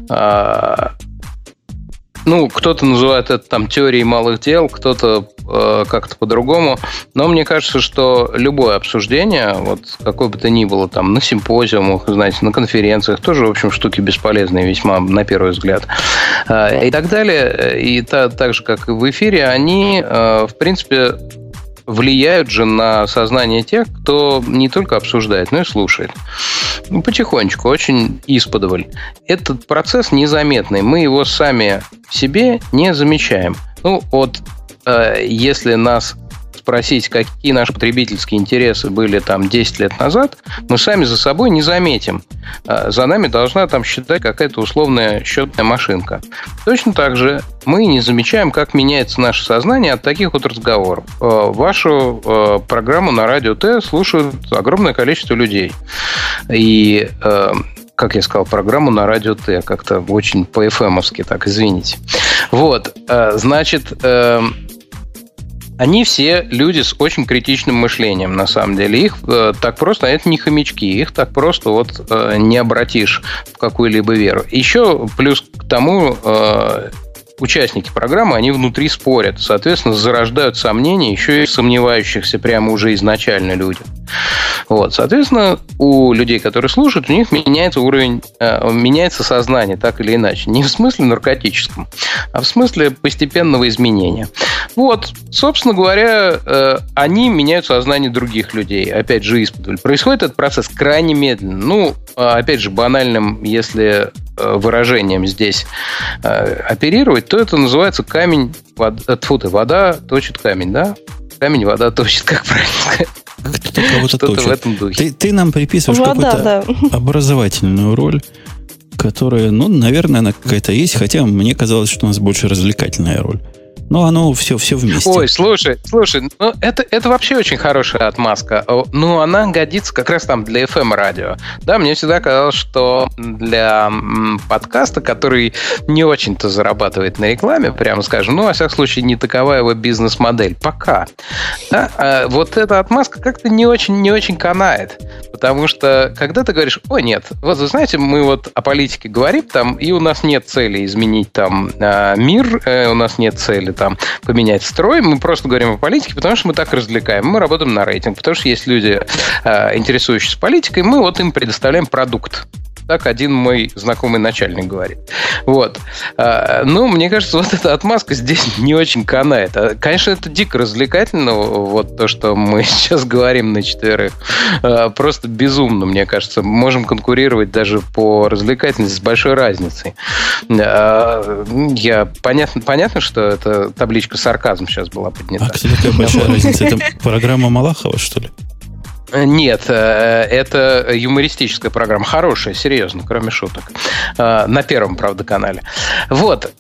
кто-то называет это там теорией малых дел, кто-то как-то по-другому. Но мне кажется, что любое обсуждение, вот какое бы то ни было, там, на симпозиумах, знаете, на конференциях, тоже, в общем, штуки бесполезные весьма, на первый взгляд, и так далее, и так же, как и в эфире, они, в принципе, влияют же на сознание тех, кто не только обсуждает, но и слушает. Потихонечку, очень исподволь. Этот процесс незаметный. Мы его сами в себе не замечаем. Если нас спросить, какие наши потребительские интересы были там 10 лет назад, мы сами за собой не заметим. За нами должна там считать какая-то условная счетная машинка. Точно так же мы не замечаем, как меняется наше сознание от таких вот разговоров. Вашу программу на радио Т слушают огромное количество людей. И, как я сказал, программу на радио Т, как-то очень по-ФМовски, так, извините. Вот, значит... Они все люди с очень критичным мышлением, на самом деле. Их так просто, это не хомячки, их так просто не обратишь в какую-либо веру. Еще плюс к тому, участники программы, они внутри спорят, соответственно, зарождают сомнения еще и сомневающихся прямо уже изначально людям. Вот, соответственно, у людей, которые слушают, у них меняется уровень, меняется сознание, так или иначе. Не в смысле наркотическом, а в смысле постепенного изменения. Вот, собственно говоря, они меняют сознание других людей. Опять же, исподволь. Происходит этот процесс крайне медленно. Опять же, банальным, если выражением здесь оперировать, то это называется вода точит камень, да? Камень, вода точит, как правильно сказать? Кто-то кого-то что-то точит. в этом духе. Ты нам приписываешь какую-то образовательную роль, которая, наверное, она какая-то есть, хотя мне казалось, что у нас больше развлекательная роль. Но оно все вместе. Ой, слушай, это вообще очень хорошая отмазка. Она годится как раз там для FM-радио. Да, мне всегда казалось, что для подкаста, который не очень-то зарабатывает на рекламе, прямо скажем, во всяком случае, не такова его бизнес-модель. Пока. Да? Вот эта отмазка как-то не очень канает. Потому что, когда ты говоришь, нет, вот вы знаете, мы вот о политике говорим, там, и у нас нет цели изменить там мир, у нас нет цели там поменять строй, мы просто говорим о политике, потому что мы так развлекаем. Мы работаем на рейтинг, потому что есть люди, интересующиеся политикой, мы вот им предоставляем продукт. Так один мой знакомый начальник говорит. Вот. Ну, мне кажется, вот эта отмазка здесь не очень канает. Конечно, это дико развлекательно, вот то, что мы сейчас говорим на четверых. Просто безумно, мне кажется. Можем конкурировать даже по развлекательности с большой разницей. Понятно, что это табличка сарказм сейчас была поднята. А кстати, какая большая разница? Это программа Малахова, что ли? Нет, это юмористическая программа. Хорошая, серьезно, кроме шуток. На первом, правда, канале. Вот.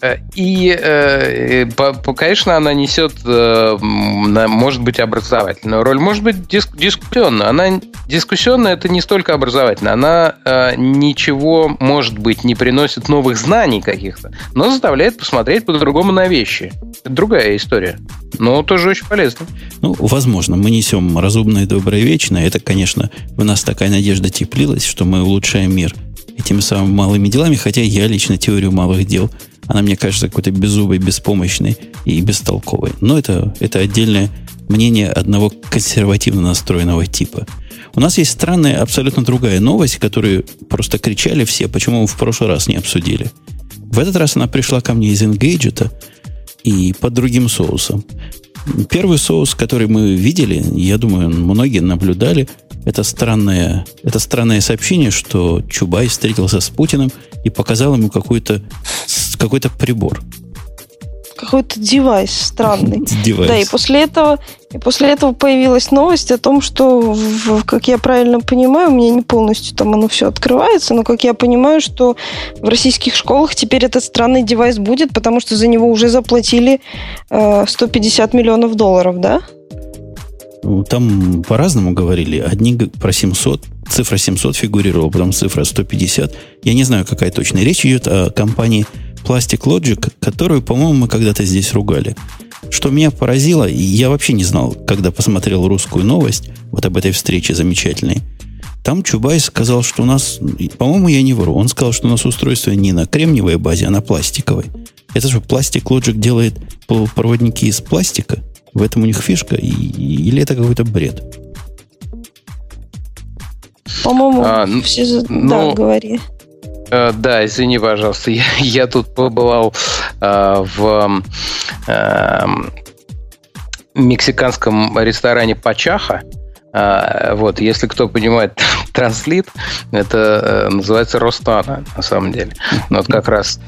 И, конечно, она несет, может быть, образовательную роль. Может быть, дискуссионную. Она дискуссионная, это не столько образовательная. Она ничего, может быть, не приносит новых знаний каких-то, но заставляет посмотреть по-другому на вещи. Это другая история. Но тоже очень полезно. Ну, возможно, мы несем разумное, доброе, вечное. Это, конечно, в нас такая надежда теплилась, что мы улучшаем мир этими самыми малыми делами, хотя я лично теорию малых дел, она мне кажется какой-то беззубой, беспомощной и бестолковой. Но это отдельное мнение одного консервативно настроенного типа. У нас есть странная, абсолютно другая новость, которую просто кричали все, почему мы в прошлый раз не обсудили. В этот раз она пришла ко мне из Engadget и под другим соусом. Первый соус, который мы видели, я думаю, многие наблюдали, это странное сообщение, что Чубайс встретился с Путиным и показал ему какой-то прибор. Какой-то девайс странный. Девайс. Да, и после этого появилась новость о том, что, как я правильно понимаю, у меня не полностью там оно все открывается, но как я понимаю, что в российских школах теперь этот странный девайс будет, потому что за него уже заплатили $150 миллионов, да? Там по-разному говорили. Одни про 700, цифра 700 фигурировала, потом цифра 150. Я не знаю, какая точная. Речь идет о компании Plastic Logic, которую, по-моему, мы когда-то здесь ругали. Что меня поразило, я вообще не знал, когда посмотрел русскую новость вот об этой встрече замечательной. Там Чубайс сказал, что у нас, по-моему, я не вру, он сказал, что у нас устройство не на кремниевой базе, а на пластиковой. Это же Plastic Logic делает полупроводники из пластика? В этом у них фишка? Или это какой-то бред? По-моему, все... Да, говори. Да, извини, пожалуйста. Я тут побывал в мексиканском ресторане Пачаха. Вот, если кто понимает транслит, это называется Роснана, на самом деле. Но вот как раз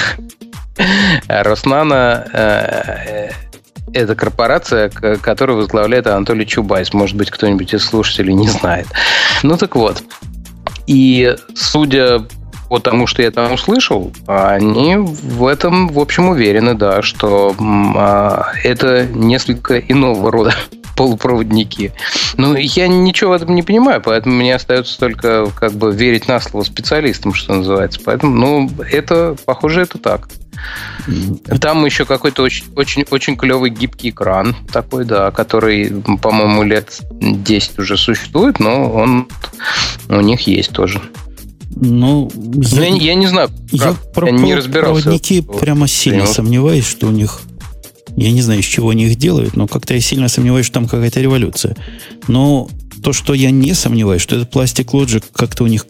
Роснана это корпорация, которую возглавляет Анатолий Чубайс. Может быть, кто-нибудь из слушателей не знает. Ну так вот. И судя по тому, что я там услышал, они в этом, в общем, уверены, да, что это несколько иного рода полупроводники. Ну, я ничего в этом не понимаю, поэтому мне остается только как бы верить на слово специалистам, что называется. Поэтому, ну, это, похоже, это так. Там еще какой-то очень клевый гибкий экран такой, да, который, по-моему, лет 10 уже существует, но он у них есть тоже. Ну, я не знаю, я не разбирался. Проводники прямо сильно сомневаюсь, что у них... Я не знаю, из чего они их делают, но как-то я сильно сомневаюсь, что там какая-то революция. Но то, что я не сомневаюсь, что этот Plastic Logic, как-то у них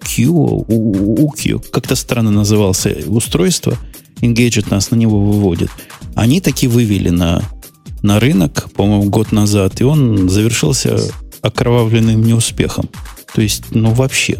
UQ, как-то странно назывался устройство, Engadget нас на него выводит. Они таки вывели на рынок, по-моему, год назад, и он завершился окровавленным неуспехом. То есть, вообще.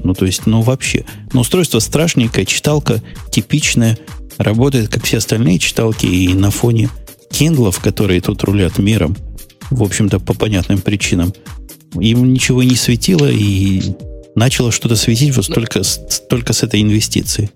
Но устройство страшненькое, читалка типичная, работает, как все остальные читалки, и на фоне Kindle'ов, которые тут рулят миром, в общем-то, по понятным причинам, им ничего не светило, и начало что-то светить вот только с этой инвестиции.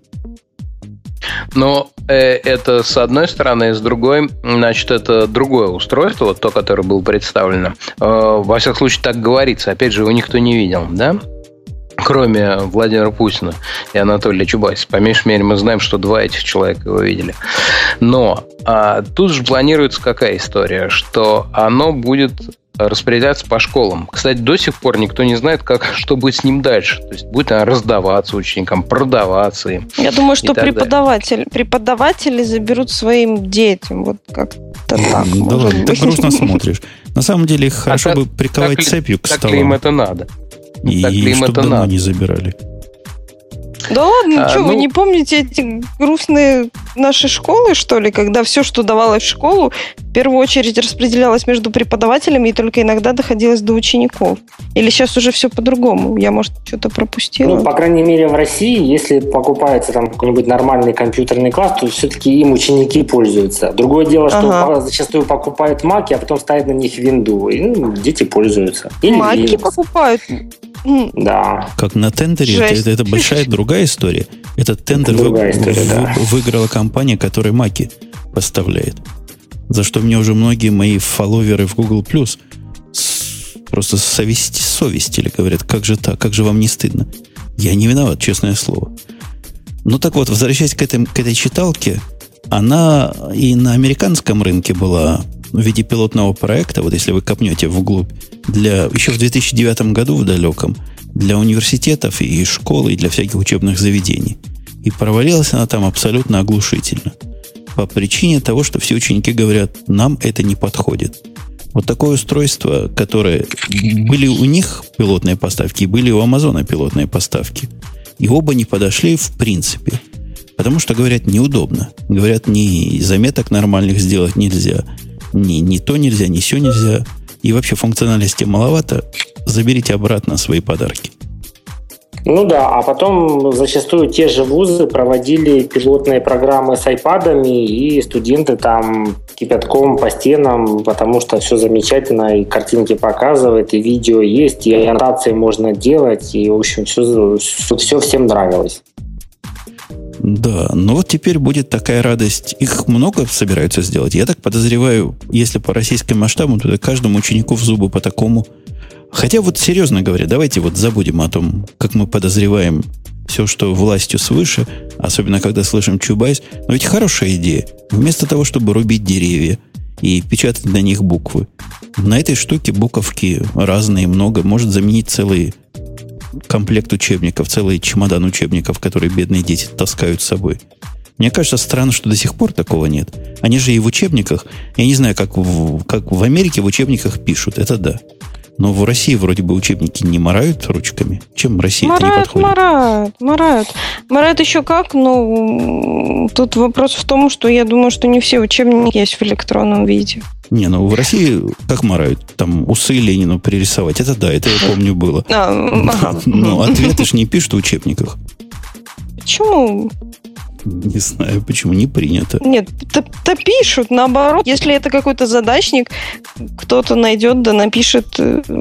Но это с одной стороны, с другой, значит, это другое устройство, вот то, которое было представлено. Во всяком случае, так говорится. Опять же, его никто не видел, да? Кроме Владимира Путина и Анатолия Чубайса. По меньшей мере, мы знаем, что 2 этих человека его видели. Но тут же планируется какая история? Что оно будет распределяться по школам. Кстати, до сих пор никто не знает, что будет с ним дальше. То есть будет она раздаваться ученикам, продаваться им. Я думаю, что преподаватели заберут своим детям. Вот как-то так. Да ладно, ты грустно смотришь. На самом деле, их хорошо бы приковать цепью к столам. Так ли им это надо? И чтобы давно не забирали. Да ладно, что, вы не помните эти грустные наши школы, что ли, когда все, что давалось в школу, в первую очередь распределялось между преподавателями и только иногда доходилось до учеников? Или сейчас уже все по-другому? Я, может, что-то пропустила? Ну, по крайней мере, в России, если покупается там какой-нибудь нормальный компьютерный класс, то все-таки им ученики пользуются. Другое дело, что зачастую покупают маки, а потом ставят на них винду, и дети пользуются. Или маки покупают? Да. Как на тендере, это большая другая история. Этот тендер выиграла компания, которая маки поставляет. За что мне уже многие мои фолловеры в Google Plus просто совестили, говорят, как же так, как же вам не стыдно? Я не виноват, честное слово. Ну так вот, возвращаясь к этой читалке, она и на американском рынке была в виде пилотного проекта, вот если вы копнете вглубь, еще в 2009 году в далеком, для университетов и школ, и для всяких учебных заведений. И провалилась она там абсолютно оглушительно. По причине того, что все ученики говорят, нам это не подходит. Вот такое устройство, которое были у них пилотные поставки, и были у Амазона пилотные поставки. И оба не подошли в принципе. Потому что, говорят, неудобно. Говорят, ни заметок нормальных сделать нельзя. Ни то нельзя, ни сё нельзя. И вообще функциональности маловато. Заберите обратно свои подарки. Ну да, а потом зачастую те же вузы проводили пилотные программы с айпадами, и студенты там кипятком по стенам, потому что все замечательно, и картинки показывают, и видео есть, и аннотации можно делать, и, в общем, все всем нравилось. Да, но вот теперь будет такая радость. Их много собираются сделать. Я так подозреваю, если по российским масштабам, то каждому ученику в зубы по такому. Хотя вот серьезно говоря, давайте вот забудем о том, как мы подозреваем все, что властью свыше, особенно когда слышим Чубайс. Но ведь хорошая идея. Вместо того, чтобы рубить деревья и печатать на них буквы, на этой штуке буковки разные, много, может заменить целый комплект учебников, целый чемодан учебников, которые бедные дети таскают с собой. Мне кажется, странно, что до сих пор такого нет. Они же и в учебниках, я не знаю, как в Америке в учебниках пишут, это да. Но в России вроде бы учебники не марают ручками. Чем Россия это не подходит? Марают еще как, но тут вопрос в том, что я думаю, что не все учебники есть в электронном виде. Не, ну в России как марают? Там усы Ленину пририсовать. Это да, это я помню было. Но ответы ж не пишут в учебниках. Почему? Не знаю, почему не принято. Нет, то пишут, наоборот. Если это какой-то задачник, кто-то найдет, да напишет.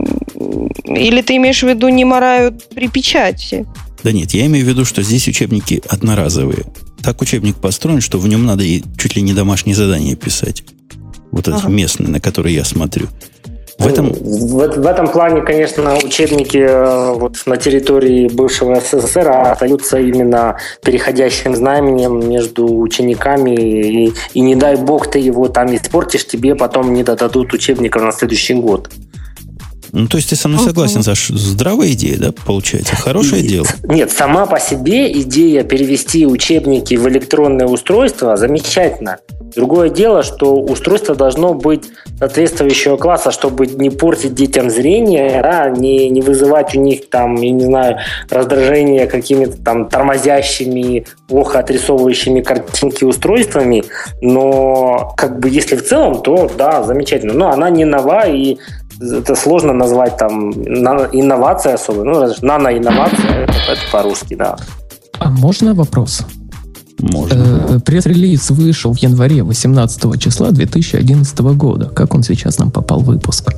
Или ты имеешь в виду, не марают при печати? Да нет, я имею в виду, что здесь учебники одноразовые. Так учебник построен, что в нем надо и чуть ли не домашние задания писать. Вот эти местные, на которые я смотрю. В этом плане, конечно, учебники вот на территории бывшего СССР остаются именно переходящим знаменем между учениками. И не дай бог ты его там испортишь, тебе потом не дадут учебников на следующий год. Ну, то есть ты со мной согласен, Саш, здравая идея, да, получается? Хорошее дело. Нет, сама по себе идея перевести учебники в электронное устройство замечательно. Другое дело, что устройство должно быть соответствующего класса, чтобы не портить детям зрение, да, не вызывать у них там, я не знаю, раздражение какими-то там тормозящими, плохо отрисовывающими картинки устройствами. Но как бы если в целом, то да, замечательно. Но она не нова, и это сложно назвать там инновацией особо. Ну, нано-инновация, это по-русски, да. А можно вопрос? Можно. Пресс-релиз вышел в январе 18 числа 2011 года. Как он сейчас нам попал в выпуск?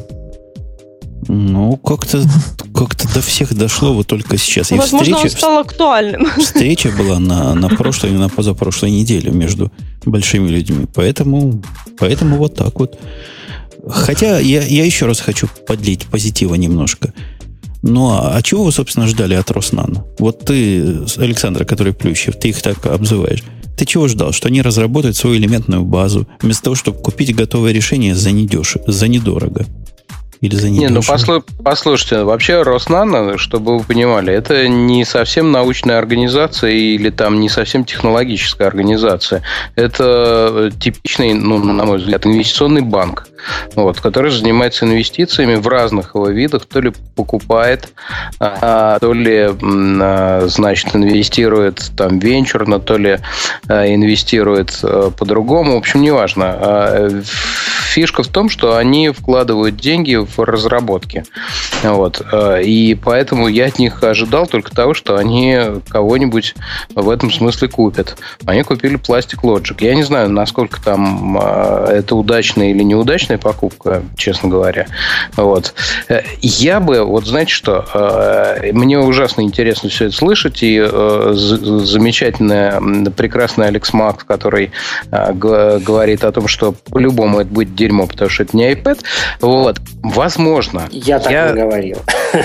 Ну, как-то до всех дошло вот только сейчас. И возможно, он стал актуальным. Встреча была на прошлой и на позапрошлой неделе между большими людьми. Поэтому вот так вот. Хотя я еще раз хочу подлить позитива немножко. Ну, а чего вы, собственно, ждали от Роснано? Вот ты, Александр, который Плющев, ты их так обзываешь. Ты чего ждал? Что они разработают свою элементную базу, вместо того, чтобы купить готовое решение за недорого? Или за недешево? Не, ну послушайте, вообще Роснано, чтобы вы понимали, это не совсем научная организация или там не совсем технологическая организация. Это типичный, ну, на мой взгляд, инвестиционный банк. вот, который занимается инвестициями в разных его видах, то ли покупает, то ли, значит, инвестирует там венчурно, то ли инвестирует по-другому. В общем, неважно. Фишка в том, что они вкладывают деньги в разработки. Вот. И поэтому я от них ожидал только того, что они кого-нибудь в этом смысле купят. Они купили Plastic Logic. Я не знаю, насколько там это удачная или неудачная покупка, честно говоря. Вот. Я бы, вот знаете что, мне ужасно интересно все это слышать, и замечательный, прекрасный Алекс Мак, который говорит о том, что по-любому это будет дерьмо, потому что это не iPad. Вот. Возможно. Я так не говорил.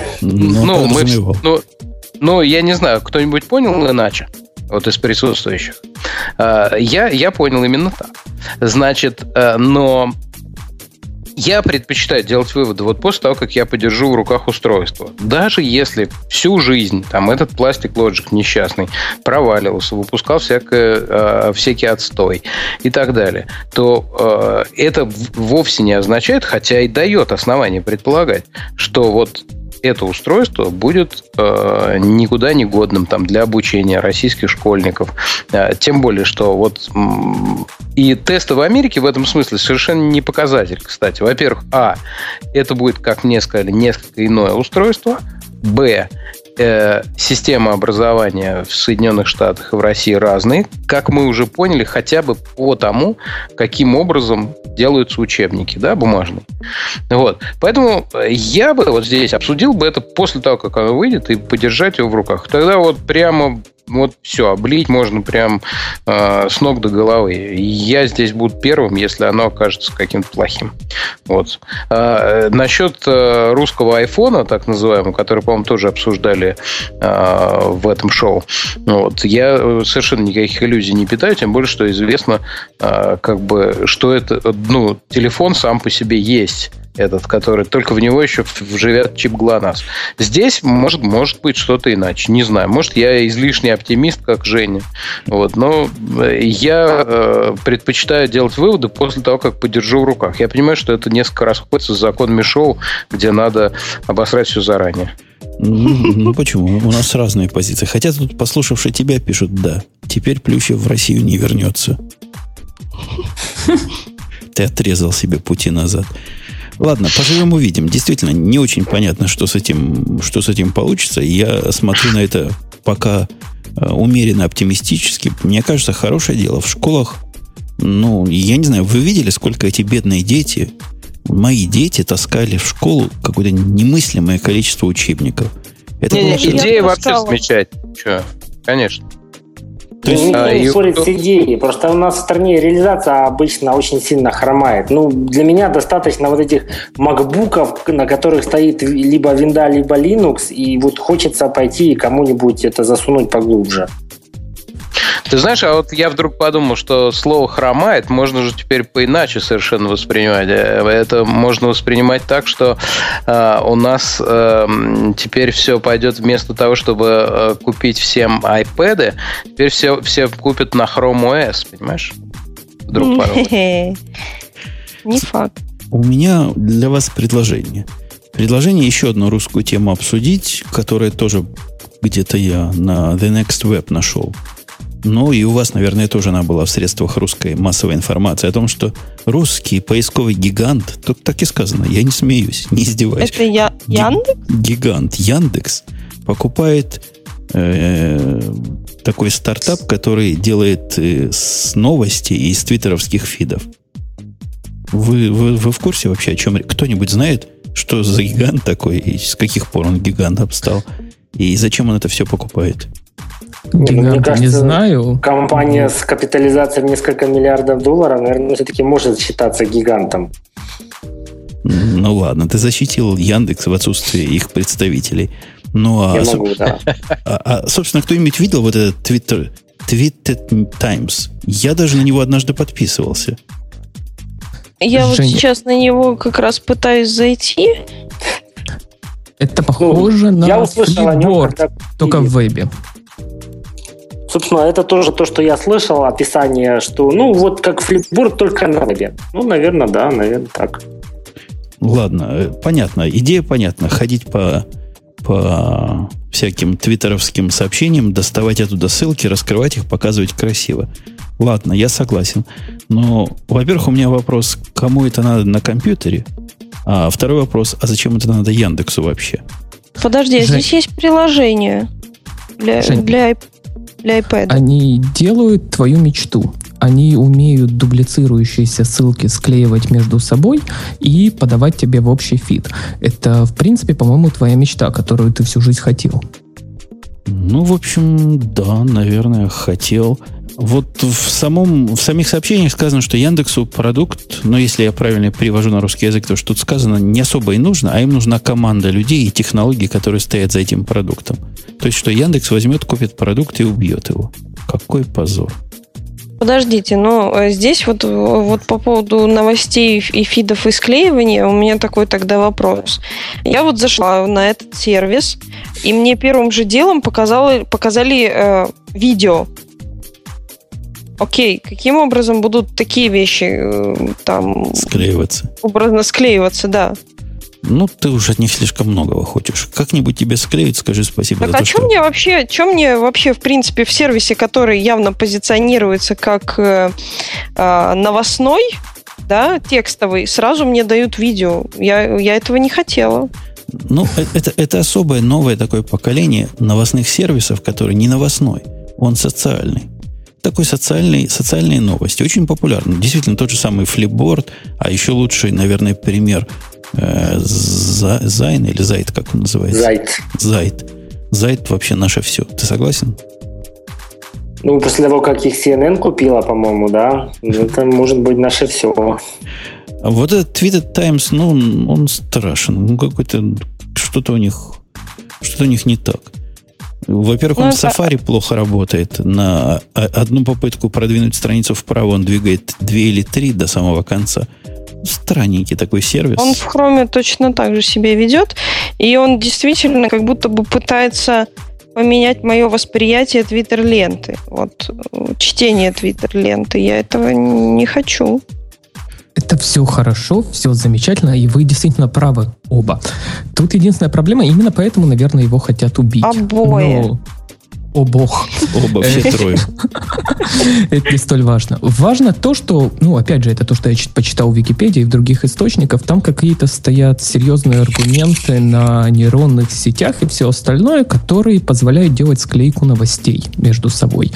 Я не знаю, кто-нибудь понял иначе? Вот из присутствующих. Я понял именно так. Значит, но я предпочитаю делать выводы вот после того, как я подержу в руках устройство. Даже если всю жизнь там этот Plastic Logic несчастный проваливался, выпускал всякий отстой и так далее, то это вовсе не означает, хотя и дает основание предполагать, что вот это устройство будет никуда не годным там, для обучения российских школьников. Тем более, что вот и тесты в Америке в этом смысле совершенно не показатель, кстати. Во-первых, это будет, как мне сказали, несколько иное устройство. Б, система образования в Соединенных Штатах и в России разные, как мы уже поняли, хотя бы по тому, каким образом делаются учебники, да, бумажные. Вот. Поэтому я бы вот здесь обсудил бы это после того, как оно выйдет, и подержать его в руках. Тогда вот прямо вот все, облить можно прям с ног до головы. И я здесь буду первым, если оно окажется каким-то плохим. Вот. Насчет русского айфона, так называемого, который, по-моему, тоже обсуждали в этом шоу, вот, я совершенно никаких иллюзий не питаю, тем более, что известно, как бы, что это, телефон сам по себе есть. Этот, который только в него еще вживят чип ГЛОНАСС. Здесь может быть что-то иначе. Не знаю. Может, я излишний оптимист, как Женя. Вот. Но я предпочитаю делать выводы после того, как подержу в руках. Я понимаю, что это несколько расходится с законами шоу, где надо обосрать все заранее. Ну, почему? У нас разные позиции. Хотя тут, послушавшие тебя, пишут, да, теперь Плющев в Россию не вернется. Ты отрезал себе пути назад. Ладно, поживем увидим. Действительно, не очень понятно, что с этим получится. Я смотрю на это пока умеренно оптимистически. Мне кажется, хорошее дело. В школах, я не знаю, вы видели, сколько эти бедные дети, мои дети таскали в школу какое-то немыслимое количество учебников. Идея вообще замечательная. Что? Конечно. То есть, никто не спорит с идеей, просто у нас в стране реализация обычно очень сильно хромает. Для меня достаточно вот этих макбуков, на которых стоит либо винда, либо Linux, и вот хочется пойти и кому-нибудь это засунуть поглубже. Ты знаешь, а вот я вдруг подумал, что слово «хромает» можно же теперь поиначе совершенно воспринимать. Это можно воспринимать так, что у нас теперь все пойдет вместо того, чтобы купить всем iPad, теперь все купят на Chrome OS, понимаешь? Вдруг подумал. Не факт. У меня для вас предложение. Предложение еще одну русскую тему обсудить, которая тоже где-то я на The Next Web нашел. И у вас, наверное, тоже она была в средствах русской массовой информации о том, что русский поисковый гигант, тут так и сказано, я не смеюсь, не издеваюсь. Это Яндекс? Гигант Яндекс покупает такой стартап, который делает новости из твиттеровских фидов. Вы в курсе вообще, о чем? Кто-нибудь знает, что за гигант такой, и с каких пор он гигантом стал, и зачем он это все покупает? Мне кажется, не знаю. Компания с капитализацией в несколько миллиардов долларов, наверное, все-таки может считаться гигантом. Ну ладно, ты защитил Яндекс в отсутствии их представителей. Я могу, да. Собственно, кто-нибудь видел вот этот Tweeted Times? Я даже на него однажды подписывался. Я вот сейчас на него как раз пытаюсь зайти. Это похоже на флипборд, только в вебе. Собственно, это тоже то, что я слышал, описание, что, вот как Flipboard, только на вебе. Наверное, да, наверное, так. Ладно, понятно. Идея понятна. Ходить по всяким твиттеровским сообщениям, доставать оттуда ссылки, раскрывать их, показывать красиво. Ладно, я согласен. Но, во-первых, у меня вопрос, кому это надо на компьютере? А второй вопрос, а зачем это надо Яндексу вообще? Подожди, здесь есть приложение для iPad. Они делают твою мечту. Они умеют дублицирующиеся ссылки склеивать между собой и подавать тебе в общий фид. Это, в принципе, по-моему, твоя мечта, которую ты всю жизнь хотел. В общем, да, наверное, хотел. Вот в самих сообщениях сказано, что Яндексу продукт, если я правильно перевожу на русский язык, то, что тут сказано, не особо и нужно, а им нужна команда людей и технологий, которые стоят за этим продуктом. То есть, что Яндекс возьмет, купит продукт и убьет его. Какой позор. Подождите, здесь вот по поводу новостей и фидов и склеивания у меня такой тогда вопрос. Я вот зашла на этот сервис, и мне первым же делом показали видео. Окей, каким образом будут такие вещи там... Склеиваться. Образно склеиваться, да. Ты уже от них слишком многого хочешь. Как-нибудь тебе склеить, скажи спасибо так, за то, что мне вообще, в принципе, в сервисе, который явно позиционируется как новостной, да, текстовый, сразу мне дают видео. Я этого не хотела. Это особое новое такое поколение новостных сервисов, который не новостной, он социальный. Такой социальные новости. Очень популярны. Действительно, тот же самый Flipboard, а еще лучший, наверное, пример Зайн или Зайд, как он называется? Зайд вообще наше все. Ты согласен? После того, как их CNN купила, по-моему, да, это может быть наше все. А вот этот Tweeted Times, он страшен. Какой-то что-то у них не так. Во-первых, он в Safari плохо работает. На одну попытку продвинуть страницу вправо он двигает 2 или 3 до самого конца. Странненький такой сервис. Он в Chrome точно так же себя ведет. И он действительно как будто бы пытается поменять мое восприятие Twitter-ленты. Чтение Twitter-ленты. Я этого не хочу. Это все хорошо, все замечательно, и вы действительно правы оба. Тут единственная проблема, именно поэтому, наверное, его хотят убить. Обои. О бог. Оба, все трое. Это не столь важно. Важно то, что, опять же, это то, что я почитал в Википедии и в других источниках, там какие-то стоят серьезные аргументы на нейронных сетях и все остальное, которые позволяют делать склейку новостей между собой.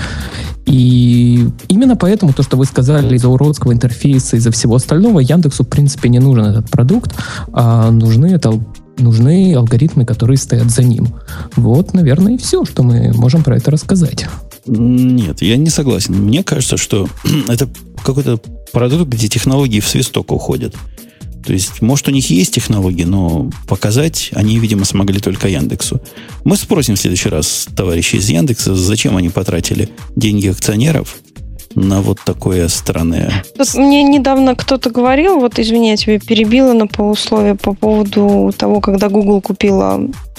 И именно поэтому то, что вы сказали, из-за уродского интерфейса, из-за всего остального, Яндексу, в принципе, не нужен этот продукт, а нужны алгоритмы, которые стоят за ним. Наверное, и все, что мы можем про это рассказать. Нет, я не согласен. Мне кажется, что это какой-то продукт, где технологии в свисток уходят. То есть, может, у них есть технологии, но показать они, видимо, смогли только Яндексу. Мы спросим в следующий раз товарищей из Яндекса, зачем они потратили деньги акционеров на вот такое странное... Тут мне недавно кто-то говорил, извини, я тебя перебила на полусловие по поводу того, когда Google купила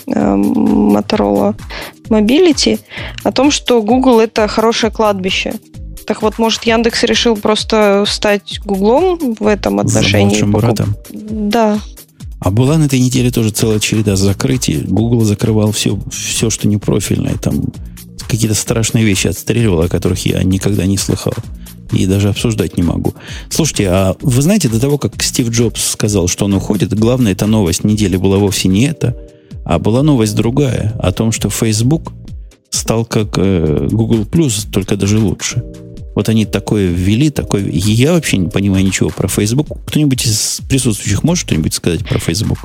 Motorola Mobility, о том, что Google — это хорошее кладбище. Так вот, может, Яндекс решил просто стать Гуглом в этом отношении? За младшим братом? Да. А была на этой неделе тоже целая череда закрытий. Google закрывал все, что не профильное. Там какие-то страшные вещи отстреливал, о которых я никогда не слыхал. И даже обсуждать не могу. Слушайте, а вы знаете, до того, как Стив Джобс сказал, что он уходит, главная эта новость недели была вовсе не эта, а была новость другая, о том, что Facebook стал как Google+, только даже лучше. Они такое ввели, такое... Я вообще не понимаю ничего про Facebook. Кто-нибудь из присутствующих может что-нибудь сказать про Facebook?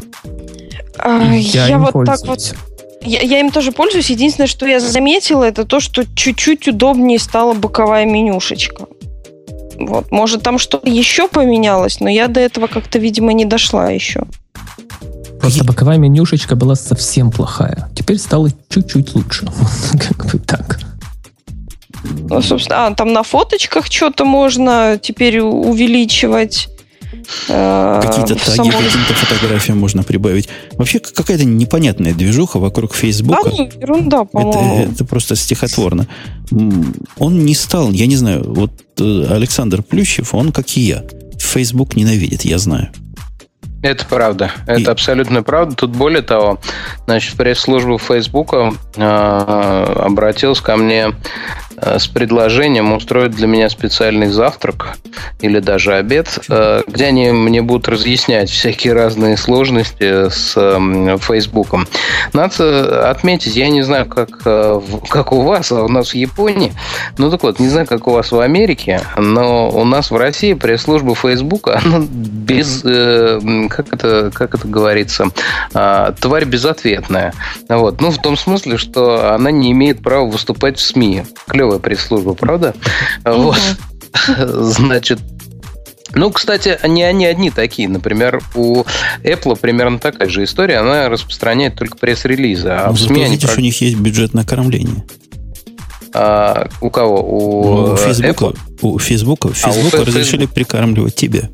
Я им пользуюсь. Я им тоже пользуюсь. Единственное, что я заметила, это то, что чуть-чуть удобнее стала боковая менюшечка. Может, там что-то еще поменялось, но я до этого как-то, видимо, не дошла еще. Просто боковая менюшечка была совсем плохая. Теперь стало чуть-чуть лучше. Как бы так. Собственно, там на фоточках что-то можно теперь увеличивать. Какие-то таги, каким-то фотографиям можно прибавить. Вообще какая-то непонятная движуха вокруг Фейсбука. Да, ерунда, по-моему. Это просто стихотворно. Он не стал, я не знаю, вот Александр Плющев, он, как и я, Facebook ненавидит, я знаю. Это правда. Это абсолютно правда. Тут более того, значит, пресс-служба Фейсбука обратилась ко мне с предложением устроить для меня специальный завтрак или даже обед, где они мне будут разъяснять всякие разные сложности с Фейсбуком. Надо отметить, я не знаю, как у вас, а у нас в Японии. Ну так вот, не знаю, как у вас в Америке, но у нас в России пресс-служба Фейсбука, она без... Как это говорится? Тварь безответная. Вот. Ну, в том смысле, что она не имеет права выступать в СМИ. Клевая пресс-служба, правда? Вот. Значит, ну, кстати, не они одни такие. Например, у Apple примерно такая же история. Она распространяет только пресс-релизы. А в СМИ видишь, у них есть бюджетное кормление. У кого? У Фейсбука. У Фейсбука разрешили прикармливать тебя.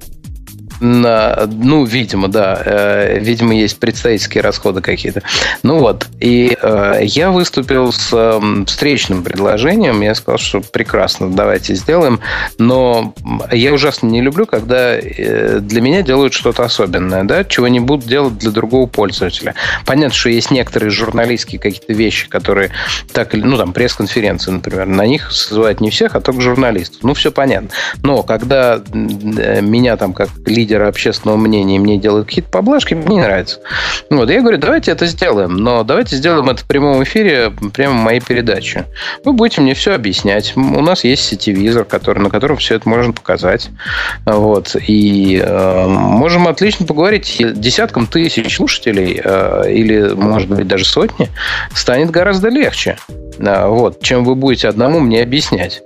Ну, видимо, да. Видимо, есть представительские расходы какие-то. Ну вот. И я выступил с встречным предложением. Я сказал, что прекрасно, давайте сделаем. Но я ужасно не люблю, когда для меня делают что-то особенное, да, чего не будут делать для другого пользователя. Понятно, что есть некоторые журналистские какие-то вещи, которые так или... Ну, там, пресс-конференции, например. На них созывают не всех, а только журналистов. Ну, все понятно. Но когда меня там как лидера общественного мнения, мне делают какие-то поблажки, мне не нравится. Вот, я говорю, давайте это сделаем, но давайте сделаем это в прямом эфире, прямо в моей передаче. Вы будете мне все объяснять. У нас есть сетевизор, на котором все это можно показать. Вот, и можем отлично поговорить. Десяткам тысяч слушателей, или, может быть, даже сотни, станет гораздо легче. Вот, чем вы будете одному мне объяснать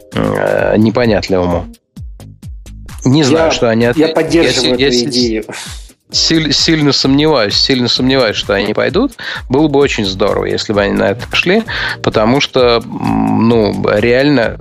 непонятливому. Не знаю, что они... Я поддерживаю эту идею. Сильно сомневаюсь, что они пойдут. Было бы очень здорово, если бы они на это пошли, потому что, ну, реально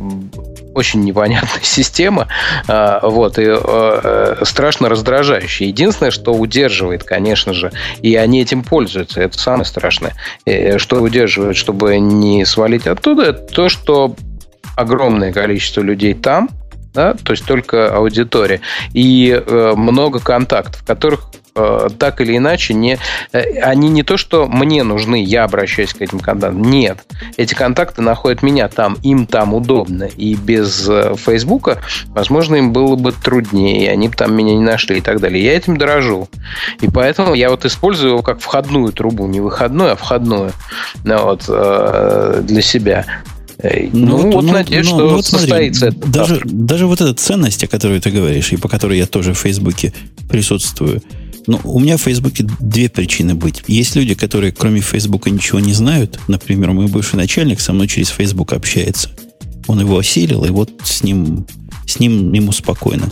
очень непонятная система, вот, и страшно раздражающая. Единственное, что удерживает, конечно же, и они этим пользуются, это самое страшное, что удерживает, чтобы не свалить оттуда, это то, что огромное количество людей там, да, то есть только аудитория, и много контактов, которых так или иначе они не то, что мне нужны, я обращаюсь к этим контактам. Нет. Эти контакты находят меня там, им там удобно. И без Фейсбука, возможно, им было бы труднее, и они бы там меня не нашли и так далее. Я этим дорожу. И поэтому я вот использую его как входную трубу. Не выходную, а входную. Вот, для себя. Надеюсь, что состоится это. Даже вот эта ценность, о которой ты говоришь, и по которой я тоже в Фейсбуке присутствую, у меня в Фейсбуке две причины быть. Есть люди, которые кроме Фейсбука ничего не знают. Например, мой бывший начальник со мной через Фейсбук общается. Он его осилил, и вот с ним ему спокойно.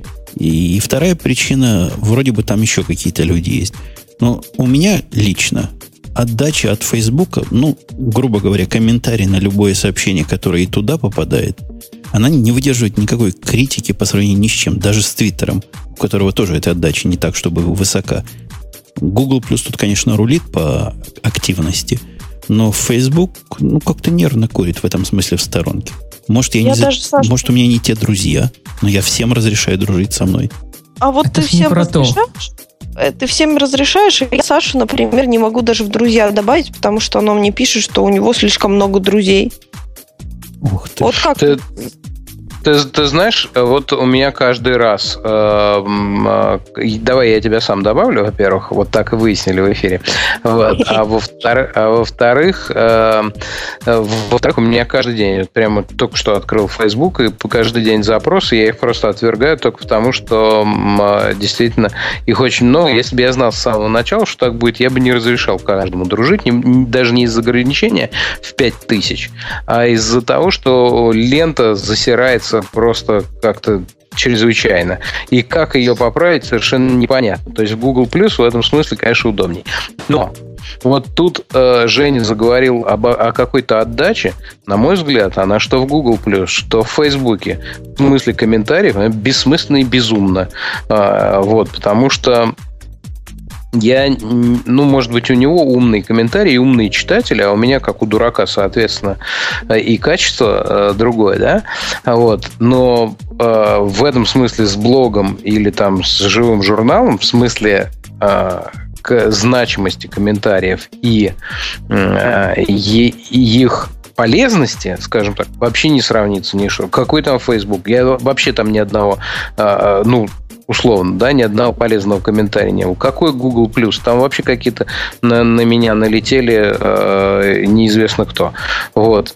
И вторая причина, вроде бы там еще какие-то люди есть. Но у меня лично отдача от Фейсбука, грубо говоря, комментарий на любое сообщение, которое и туда попадает, она не выдерживает никакой критики по сравнению ни с чем, даже с Твиттером, у которого тоже эта отдача не так, чтобы высока. Google Plus тут, конечно, рулит по активности, но Facebook, как-то нервно курит в этом смысле в сторонке. Может, может, у меня не те друзья, но я всем разрешаю дружить со мной. А вот это ты всем разрешаешь? Ты всем разрешаешь, и я Сашу, например, не могу даже в друзья добавить, потому что она мне пишет, что у него слишком много друзей. Ух ты. Вот как? Ты знаешь, вот у меня каждый раз... давай я тебя сам добавлю, во-первых. Вот так и выяснили в эфире. Вот. А во-вторых, у меня каждый день, прямо только что открыл Facebook, и каждый день запросы, я их просто отвергаю только потому, что действительно их очень много. Если бы я знал с самого начала, что так будет, я бы не разрешал каждому дружить, даже не из-за ограничения в 5000, а из-за того, что лента засирается просто как-то чрезвычайно. И как ее поправить, совершенно непонятно. То есть в Google Plus в этом смысле, конечно, удобней. Но вот тут Женя заговорил о какой-то отдаче. На мой взгляд, она что в Google+, что в Фейсбуке, в смысле комментариев, она бессмысленно и безумно. Вот, потому что может быть, у него умные комментарии, умные читатели, а у меня, как у дурака, соответственно, и качество другое, да? Вот. Но в этом смысле с блогом или там с живым журналом, в смысле к значимости комментариев и их полезности, скажем так, вообще не сравнится ни что. Какой там Facebook? Я вообще там ни одного, условно, да, ни одного полезного комментария не было. Какой Google+? Там вообще какие-то на меня налетели неизвестно кто. Вот.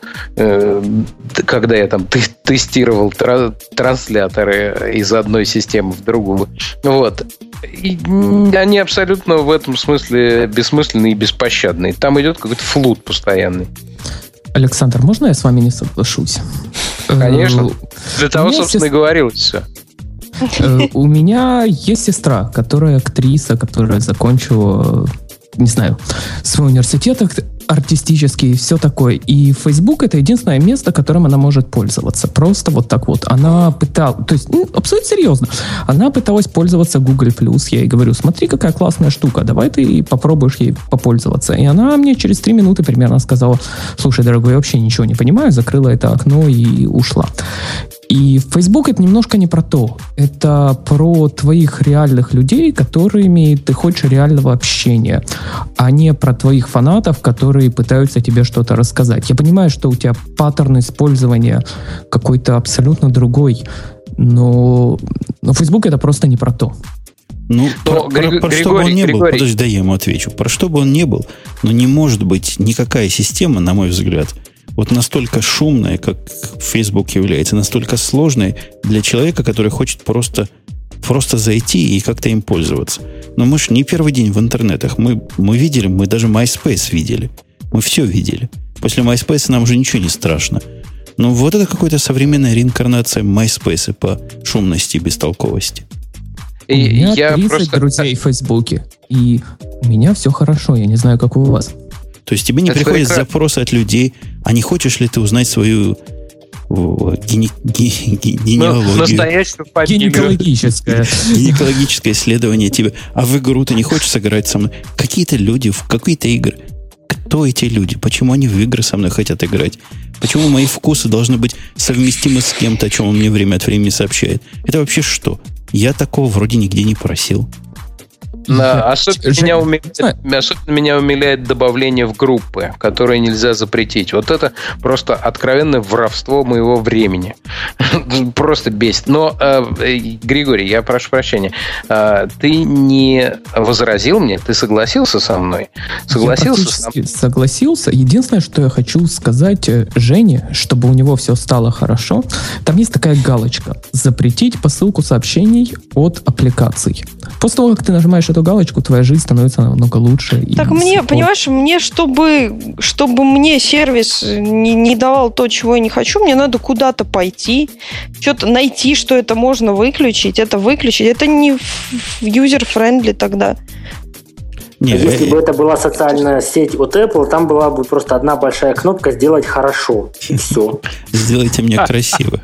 Когда я там тестировал трансляторы из одной системы в другую. Вот. И они абсолютно в этом смысле бессмысленные и беспощадные. Там идет какой-то флут постоянный. Александр, можно я с вами не соглашусь? Конечно. Для того, собственно, и говорилось все. У меня есть сестра, которая актриса, которая закончила, не знаю, свой университет артистический и все такое. И Facebook — это единственное место, которым она может пользоваться. Просто вот так вот. Она пыталась, то есть, абсолютно серьезно, она пыталась пользоваться Google+. Я ей говорю, смотри, какая классная штука, давай ты попробуешь ей попользоваться. И она мне через 3 минуты примерно сказала, слушай, дорогой, я вообще ничего не понимаю, закрыла это окно и ушла. И Facebook — это немножко не про то. Это про твоих реальных людей, которыми ты хочешь реального общения, а не про твоих фанатов, которые пытаются тебе что-то рассказать. Я понимаю, что у тебя паттерн использования какой-то абсолютно другой, но Facebook — это просто не про то. Про что бы он не был, подожди, да я ему отвечу. Про что бы он не был, но не может быть никакая система, на мой взгляд, вот настолько шумная, как Facebook является, настолько сложной для человека, который хочет просто зайти и как-то им пользоваться. Но мы же не первый день в интернетах. Мы видели, мы даже MySpace видели. Мы все видели. После MySpace нам уже ничего не страшно. Но вот это какая-то современная реинкарнация MySpace по шумности и бестолковости. У меня 30 друзей в Фейсбуке, и у меня все хорошо. Я не знаю, как у вас. То есть тебе не приходят запросы от людей, а не хочешь ли ты узнать свою генеалогию? Настоящую фамилию. Гинекологическое исследование тебе. А в игру ты не хочешь сыграть со мной? Какие-то люди в какие-то игры. Кто эти люди? Почему они в игры со мной хотят играть? Почему мои вкусы должны быть совместимы с кем-то, о чем он мне время от времени сообщает? Это вообще что? Я такого вроде нигде не просил. Особенно меня умиляет добавление в группы, которые нельзя запретить. Вот это просто откровенное воровство моего времени. Просто бесит. Но, Григорий, я прошу прощения, ты не возразил мне? Ты согласился со мной? Согласился. Единственное, что я хочу сказать Жене, чтобы у него все стало хорошо, там есть такая галочка: запретить посылку сообщений от аппликаций. После того, как ты нажимаешь эту галочку, твоя жизнь становится намного лучше. Так мне, понимаешь, мне, чтобы мне сервис не давал то, чего я не хочу, мне надо куда-то пойти, что-то найти, что это можно выключить, это выключить. Это не юзер-френдли тогда. Нет, если бы это была социальная сеть от Apple, там была бы просто одна большая кнопка «Сделать хорошо». И все. Сделайте мне красиво.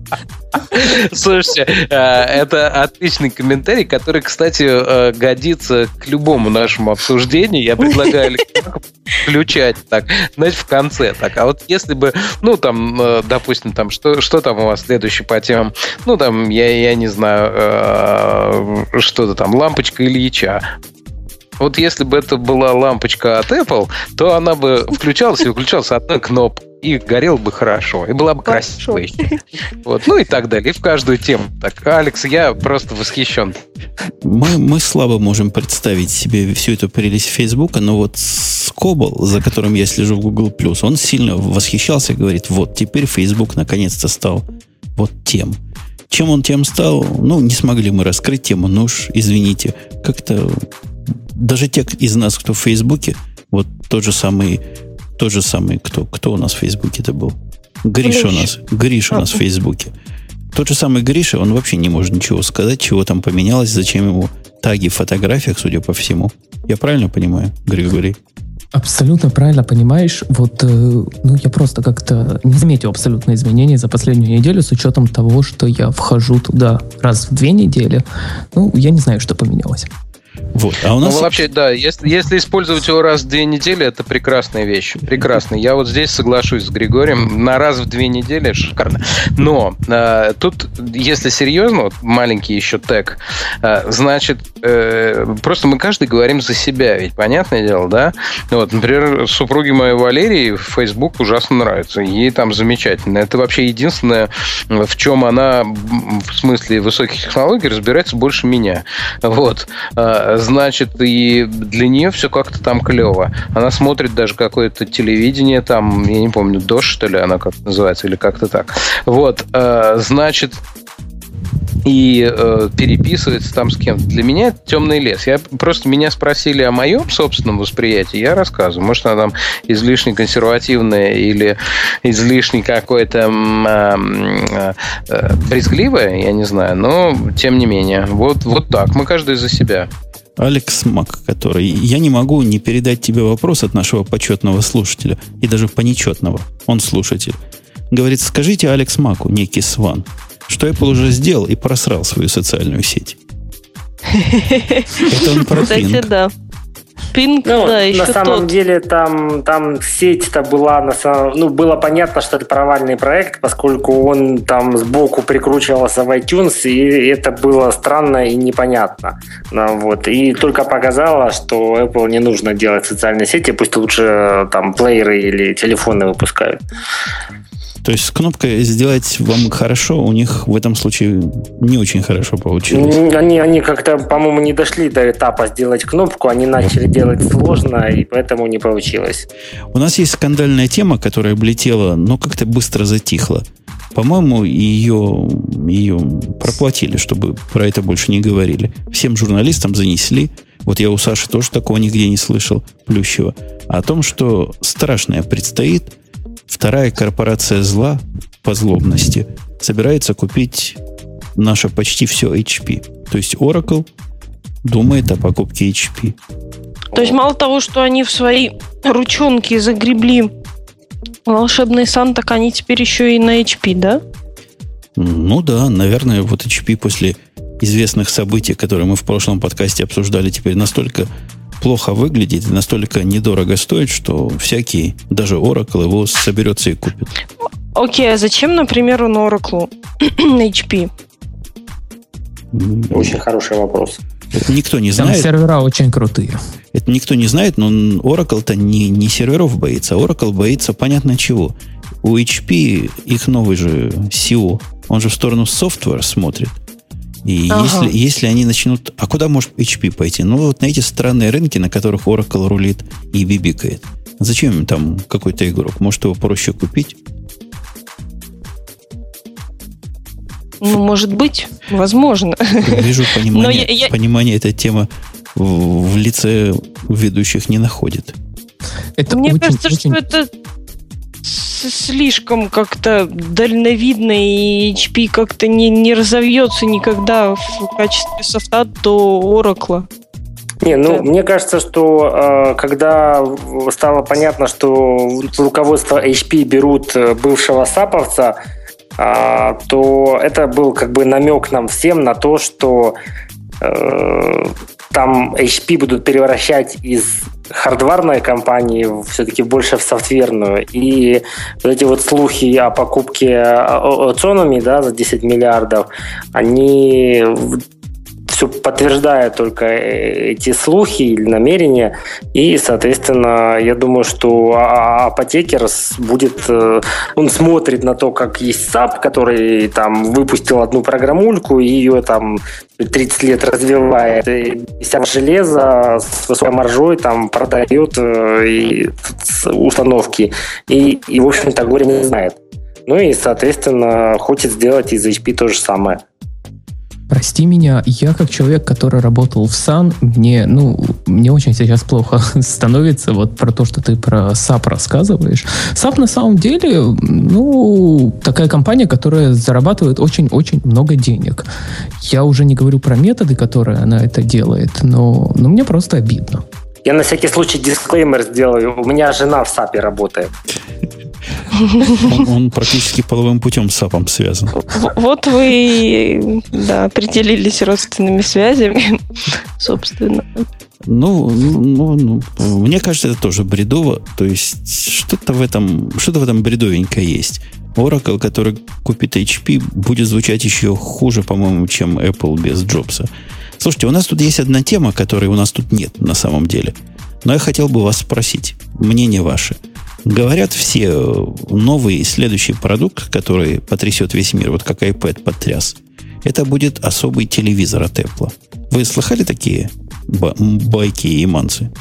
Слушайте, это отличный комментарий, который, кстати, годится к любому нашему обсуждению. Я предлагаю включать так, знаете, в конце. Так, а вот если бы, допустим, там, что там у вас следующее по темам? Я не знаю, что-то там, лампочка Ильича. Вот если бы это была лампочка от Apple, то она бы включалась и выключалась одной кнопкой. И горел бы хорошо, и была бы красивой. Вот, и так далее. И в каждую тему. Так, Алекс, я просто восхищен. Мы слабо можем представить себе всю эту прелесть Фейсбука, но вот Скобл, за которым я слежу в Google+, он сильно восхищался и говорит, вот теперь Facebook наконец-то стал вот тем. Чем он тем стал? Не смогли мы раскрыть тему, уж извините. Как-то даже те из нас, кто в Фейсбуке, вот тот же самый, кто у нас в Фейсбуке-то был? Гриша у нас в Фейсбуке. Тот же самый Гриша, он вообще не может ничего сказать, чего там поменялось, зачем ему таги в фотографиях, судя по всему. Я правильно понимаю, Григорий? Абсолютно правильно понимаешь. Вот, я просто как-то не заметил абсолютно изменений за последнюю неделю с учетом того, что я вхожу туда раз в 2 недели. Я не знаю, что поменялось. Вот. А у нас... вообще, да, если использовать его раз в 2 недели, это прекрасная вещь. Прекрасно. Я вот здесь соглашусь с Григорием. На раз в 2 недели шикарно. Но тут, если серьезно, вот маленький еще тег, значит, просто мы каждый говорим за себя, ведь понятное дело, да? Вот, например, супруге моей Валерии Facebook ужасно нравится. Ей там замечательно. Это вообще единственное, в чем она, в смысле высоких технологий, разбирается больше меня. Вот. Значит, и для нее все как-то там клево. Она смотрит даже какое-то телевидение, там, я не помню, «Дождь», что ли, она как-то называется, или как-то так. Вот, значит, и переписывается там с кем-то. Для меня это темный лес. Меня спросили о моем собственном восприятии, я рассказываю. Может, она там излишне консервативная или излишне какое-то брезгливое, я не знаю, но тем не менее. Вот так. Мы каждый за себя. Алекс Мак, который... Я не могу не передать тебе вопрос от нашего почетного слушателя, и даже понечетного. Он слушатель. Говорит, скажите Алекс Маку, некий Сван, что Apple уже сделал и просрал свою социальную сеть. Это он про Кстати, Ping. да. Ping, да, еще на самом деле там сеть-то была, было понятно, что это провальный проект, поскольку он там сбоку прикручивался в iTunes, и это было странно и непонятно. Вот. И только показало, что Apple не нужно делать социальные сети, пусть лучше там плееры или телефоны выпускают. То есть с кнопкой «Сделать вам хорошо» у них в этом случае не очень хорошо получилось. Они как-то, по-моему, не дошли до этапа сделать кнопку, они начали делать сложно, и поэтому не получилось. У нас есть скандальная тема, которая облетела, но как-то быстро затихла. По-моему, ее проплатили, чтобы про это больше не говорили. Всем журналистам занесли. Вот я у Саши тоже такого нигде не слышал, Плющева. О том, что страшное предстоит. Вторая корпорация зла по злобности собирается купить наше почти все HP. То есть Oracle думает о покупке HP. То есть мало того, что они в свои ручонки загребли волшебный сан, так они теперь еще и на HP, да? Ну да, наверное, вот HP после известных событий, которые мы в прошлом подкасте обсуждали, теперь настолько плохо выглядит и настолько недорого стоит, что всякий, даже Oracle, его соберется и купит. Окей, а зачем, например, он Oracle HP? Очень хороший вопрос. Это никто не Там знает. сервера очень крутые. Это никто не знает, но Oracle-то не серверов боится. Oracle боится понятно чего. У HP их новый же CEO, он же в сторону software смотрит. И если они начнут... А куда может HP пойти? Ну, вот на эти странные рынки, на которых Oracle рулит и бибикает. Зачем им там какой-то игрок? Может, его проще купить? Ну, может быть, возможно. Вижу, понимание эта тема в лице ведущих не находит. Мне кажется, что это слишком как-то дальновидно, и HP как-то не разовьется никогда в качестве софта до Oracle. Мне кажется, что когда стало понятно, что руководство HP берут бывшего саповца, то это был как бы намек нам всем на то, что там HP будут превращать из хардварной компании все-таки больше в софтверную. И вот эти вот слухи о покупке Autonomy, да, за 10 миллиардов, они все подтверждают только эти слухи или намерения. И, соответственно, я думаю, что Apothekers будет... Он смотрит на то, как есть SAP, который там выпустил одну программульку, и ее там 30 лет развивает, и вся железо с высокой маржой там продает установки. И, в общем-то, горе не знает. Ну и, соответственно, хочет сделать из HP то же самое. Прости меня, я как человек, который работал в Sun, мне очень сейчас плохо становится вот про то, что ты про SAP рассказываешь. SAP на самом деле, такая компания, которая зарабатывает очень-очень много денег. Я уже не говорю про методы, которые она это делает, но мне просто обидно. Я на всякий случай дисклеймер сделаю. У меня жена в SAP работает. Он практически половым путем с SAP связан. Вот вы, определились родственными связями, собственно. Мне кажется, это тоже бредово. То есть что-то в этом бредовенько есть. Oracle, который купит HP, будет звучать еще хуже, по-моему, чем Apple без Джобса. Слушайте, у нас тут есть одна тема, которой у нас тут нет на самом деле. Но я хотел бы вас спросить. Мнение ваше. Говорят все, новый следующий продукт, который потрясет весь мир, вот как iPad потряс, это будет особый телевизор от Apple. Вы слыхали такие байки и манцы?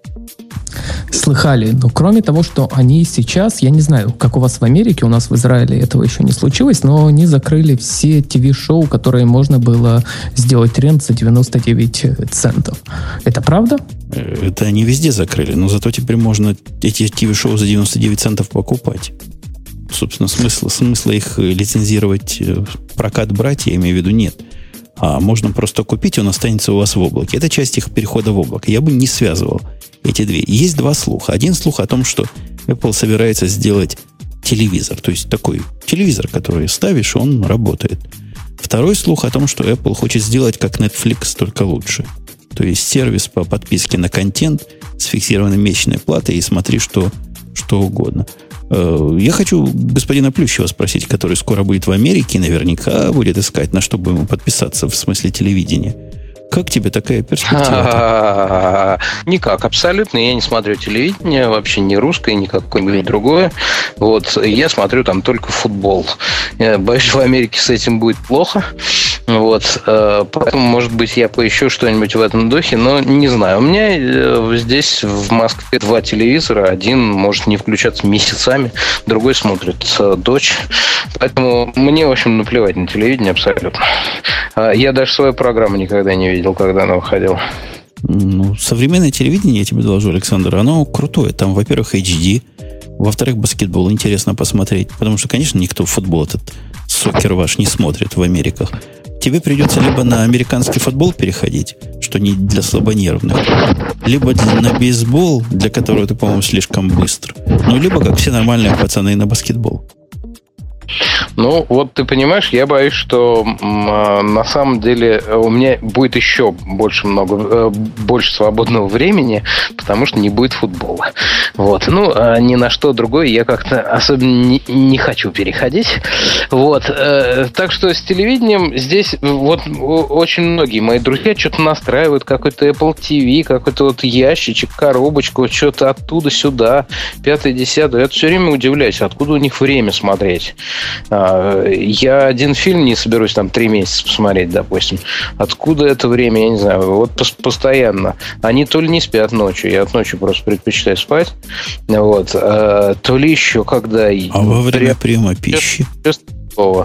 Слыхали. Но кроме того, что они сейчас, я не знаю, как у вас в Америке, у нас в Израиле этого еще не случилось, но они закрыли все ТВ-шоу, которые можно было сделать тренд за 99 центов. Это правда? Это они везде закрыли, но зато теперь можно эти ТВ-шоу за 99 центов покупать. Собственно, смысла их лицензировать, прокат брать, я имею в виду, нет. А можно просто купить, и он останется у вас в облаке. Это часть их перехода в облако. Я бы не связывал эти две. Есть два слуха. Один слух о том, что Apple собирается сделать телевизор. То есть такой телевизор, который ставишь, он работает. Второй слух о том, что Apple хочет сделать как Netflix, только лучше. То есть сервис по подписке на контент с фиксированной месячной платой и смотри что угодно. Я хочу господина Плющева спросить, который скоро будет в Америке и наверняка будет искать, на что бы ему подписаться в смысле телевидения. Как тебе такая перспектива? Никак, абсолютно. Я не смотрю телевидение, вообще ни русское, ни какое-нибудь другое. Вот, я смотрю там только футбол. Я боюсь, в Америке с этим будет плохо. Вот, поэтому, может быть, я поищу что-нибудь в этом духе, но не знаю. У меня здесь в Москве 2 телевизора. Один может не включаться месяцами, другой смотрит дочь. Поэтому мне, в общем, наплевать на телевидение абсолютно. Я даже свою программу никогда не видел, когда она выходила. Современное телевидение, я тебе доложу, Александр, оно крутое. Там, во-первых, HD, во-вторых, баскетбол интересно посмотреть. Потому что, конечно, никто футбол этот, сокер ваш, не смотрит в Америках. Тебе придется либо на американский футбол переходить, что не для слабонервных, либо на бейсбол, для которого ты, по-моему, слишком быстр. Либо, как все нормальные пацаны, на баскетбол. Вот ты понимаешь, я боюсь, что на самом деле у меня будет еще больше свободного времени, потому что не будет футбола. Вот. Ни на что другое я как-то особенно не хочу переходить. Вот. Так что с телевидением здесь очень многие мои друзья что-то настраивают, какой-то Apple TV, какой-то ящичек, коробочку, что-то оттуда сюда, 5-10. Я все время удивляюсь, откуда у них время смотреть. Я один фильм не соберусь 3 месяца посмотреть, допустим. Откуда это время, я не знаю. Постоянно. Они то ли не спят ночью, я от ночи просто предпочитаю спать. Вот. То ли еще когда... А во время приема пищи? Вот.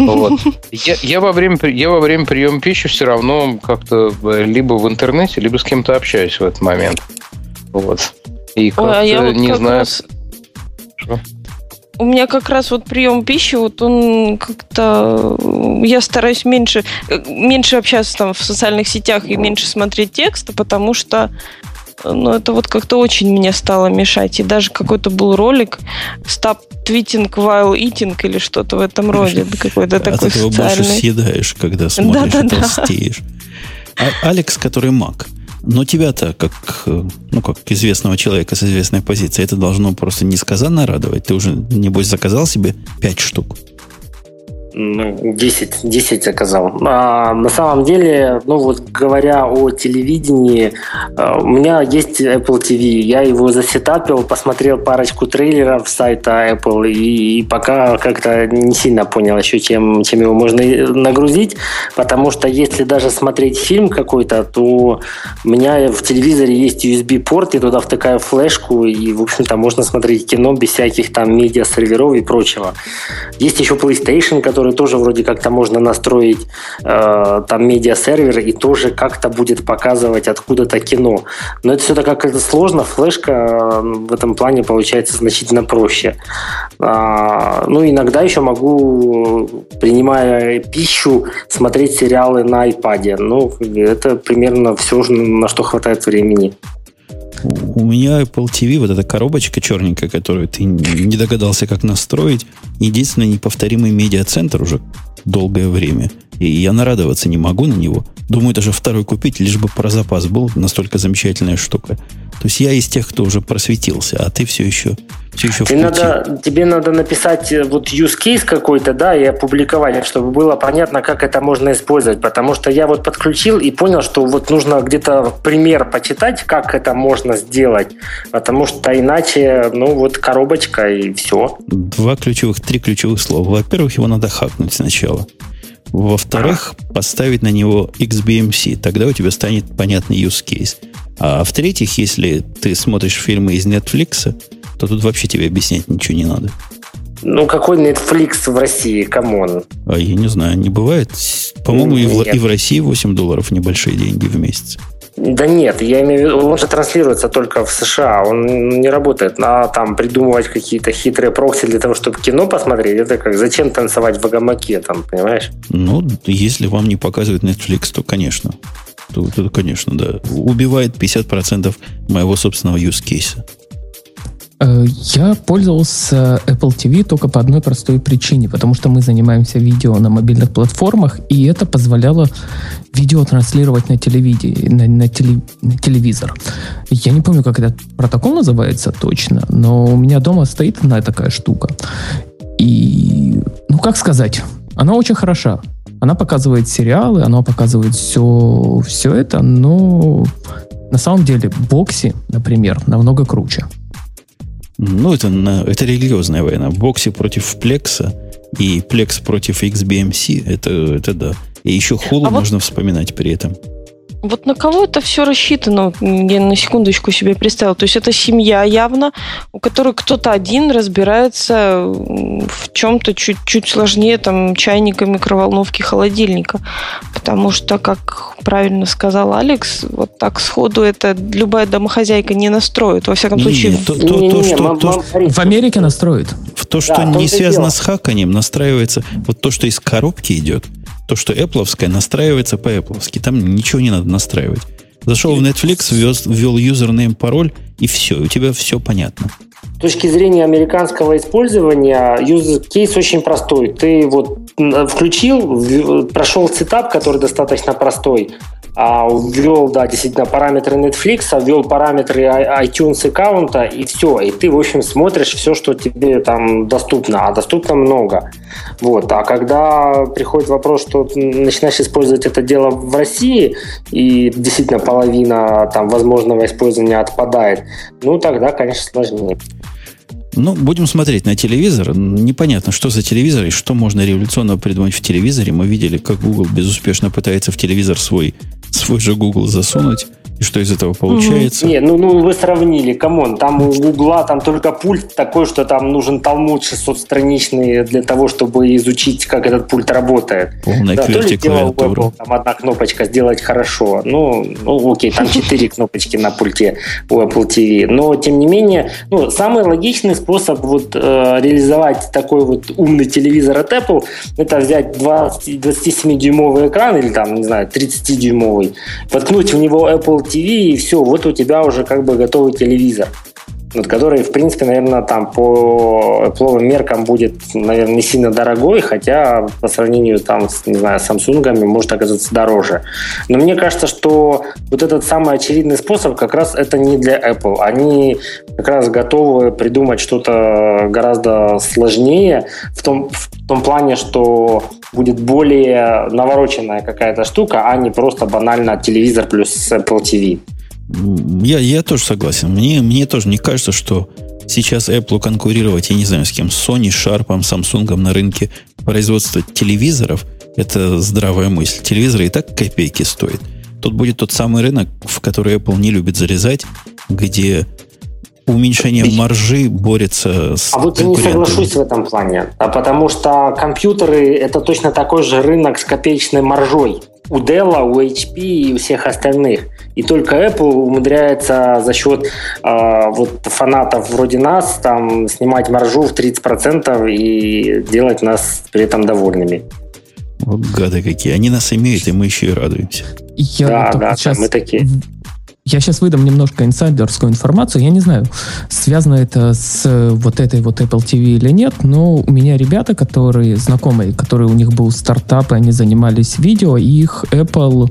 Я во время приема пищи все равно как-то либо в интернете, либо с кем-то общаюсь в этот момент. Вот. И как-то не знаю... Что? У меня как раз прием пищи, он как-то... Я стараюсь меньше общаться в социальных сетях и меньше смотреть текста, потому что это как-то очень мне стало мешать. И даже какой-то был ролик «Stop tweeting while eating» или что-то в этом роде. Какой-то такой социальный. От этого больше съедаешь, когда смотришь, и толстеешь. Алекс, который Mac. Но тебя-то, как известного человека с известной позицией, это должно просто несказанно радовать. Ты уже, небось, заказал себе 5 штук? 10 заказал. На самом деле, говоря о телевидении, у меня есть Apple TV. Я его засетапил, посмотрел парочку трейлеров с сайта Apple и пока как-то не сильно понял еще, чем его можно нагрузить, потому что если даже смотреть фильм какой-то, то у меня в телевизоре есть USB-порт, и туда втыкаю флешку, и, в общем-то, можно смотреть кино без всяких медиа-серверов и прочего. Есть еще PlayStation, который который тоже вроде как-то можно настроить там медиасервер и тоже как-то будет показывать откуда-то кино. Но это все-таки как-то сложно. Флешка в этом плане получается значительно проще. Иногда еще могу, принимая пищу, смотреть сериалы на iPad. Это примерно все, на что хватает времени. У меня Apple TV, вот эта коробочка черненькая, которую ты не догадался, как настроить, единственный неповторимый медиацентр уже долгое время. И я нарадоваться не могу на него. Думаю, даже второй купить, лишь бы про запас был. Настолько замечательная штука. То есть я из тех, кто уже просветился, а ты все еще в пути. Тебе надо написать вот use case какой-то, да, и опубликовать, чтобы было понятно, как это можно использовать. Потому что я вот подключил и понял, что вот нужно где-то пример почитать, как это можно сделать. Потому что иначе, коробочка и все. 3 ключевых слова. Во-первых, его надо хакнуть сначала. Во-вторых, поставить на него XBMC. Тогда у тебя станет понятный use case. А в-третьих, если ты смотришь фильмы из Netflix, то тут вообще тебе объяснять ничего не надо. Какой Netflix в России? Камон. Я не знаю, не бывает. По-моему, и в России $8 небольшие деньги в месяц. Да нет, я имею в виду, он же транслируется только в США, он не работает. А там придумывать какие-то хитрые прокси для того, чтобы кино посмотреть, это как зачем танцевать в гамаке, там, понимаешь? Если вам не показывает Netflix, то, конечно. То, конечно, да. Убивает 50% моего собственного use case. Я пользовался Apple TV только по одной простой причине, потому что мы занимаемся видео на мобильных платформах, и это позволяло видео транслировать на телевизор. Я не помню, как этот протокол называется точно, но у меня дома стоит одна такая штука. И, как сказать, она очень хороша. Она показывает сериалы, она показывает все это, но на самом деле Бокси, например, намного круче. Это религиозная война. Бокси против Плекса и Плекс против XBMC. Это да. И еще Hulu можно вспоминать при этом. Вот на кого это все рассчитано? Я на секундочку себе представила. То есть это семья явно, у которой кто-то один разбирается в чем-то чуть сложнее чайника, микроволновки, холодильника. Потому что, как правильно сказал Алекс, вот так сходу это любая домохозяйка не настроит. Во всяком случае... В Америке настроит. То, что не связано с хаканием, настраивается... Вот то, что из коробки идет, то, что Apple'овское, настраивается по-Apple'овски. Там ничего не надо настраивать. Зашел в Netflix, ввел юзернейм, пароль, и все. У тебя все понятно. С точки зрения американского использования, юзер-кейс очень простой. Ты включил, прошел сетап, который достаточно простой, ввел, действительно, параметры Netflix, ввел параметры iTunes аккаунта, и все. И ты, в общем, смотришь все, что тебе там доступно, а доступно много. А когда приходит вопрос, что начинаешь использовать это дело в России, и действительно половина возможного использования отпадает, тогда, конечно, сложнее. Будем смотреть на телевизор. Непонятно, что за телевизор и что можно революционно придумать в телевизоре. Мы видели, как Google безуспешно пытается в телевизор свой же Google засунуть. И что из этого получается? Не, вы сравнили, камон, там у Гугла там только пульт такой, что там нужен Талмуд 600-страничный для того, чтобы изучить, как этот пульт работает. Полная клавиатура. Там одна кнопочка сделать хорошо. Окей, там 4 кнопочки на пульте у Apple TV. Но, тем не менее, самый логичный способ реализовать такой умный телевизор от Apple, это взять 27-дюймовый экран или 30-дюймовый, воткнуть в него Apple TV, и все, у тебя уже готовый телевизор, который, в принципе, наверное, по Apple меркам будет, наверное, не сильно дорогой, хотя по сравнению с Samsung может оказаться дороже. Но мне кажется, что этот самый очевидный способ как раз это не для Apple. Они как раз готовы придумать что-то гораздо сложнее в том плане, что будет более навороченная какая-то штука, а не просто банально телевизор плюс Apple TV. Я тоже согласен. Мне тоже не кажется, что сейчас Apple конкурировать, я не знаю с кем, с Sony, Sharp, Samsung на рынке производства телевизоров – это здравая мысль. Телевизоры и так копейки стоят. Тут будет тот самый рынок, в который Apple не любит залезать, где уменьшением маржи борется с конкурентами. А вот я не соглашусь в этом плане, потому что компьютеры – это точно такой же рынок с копеечной маржой. У Dell, у HP и у всех остальных. И только Apple умудряется за счет фанатов вроде нас там снимать маржу в 30% и делать нас при этом довольными. Вот гады какие. Они нас имеют, и мы еще и радуемся. Мы такие. Я сейчас выдам немножко инсайдерскую информацию. Я не знаю, связано это с вот этой вот Apple TV или нет, но у меня ребята, знакомые, которые у них был стартап, и они занимались видео, и их Apple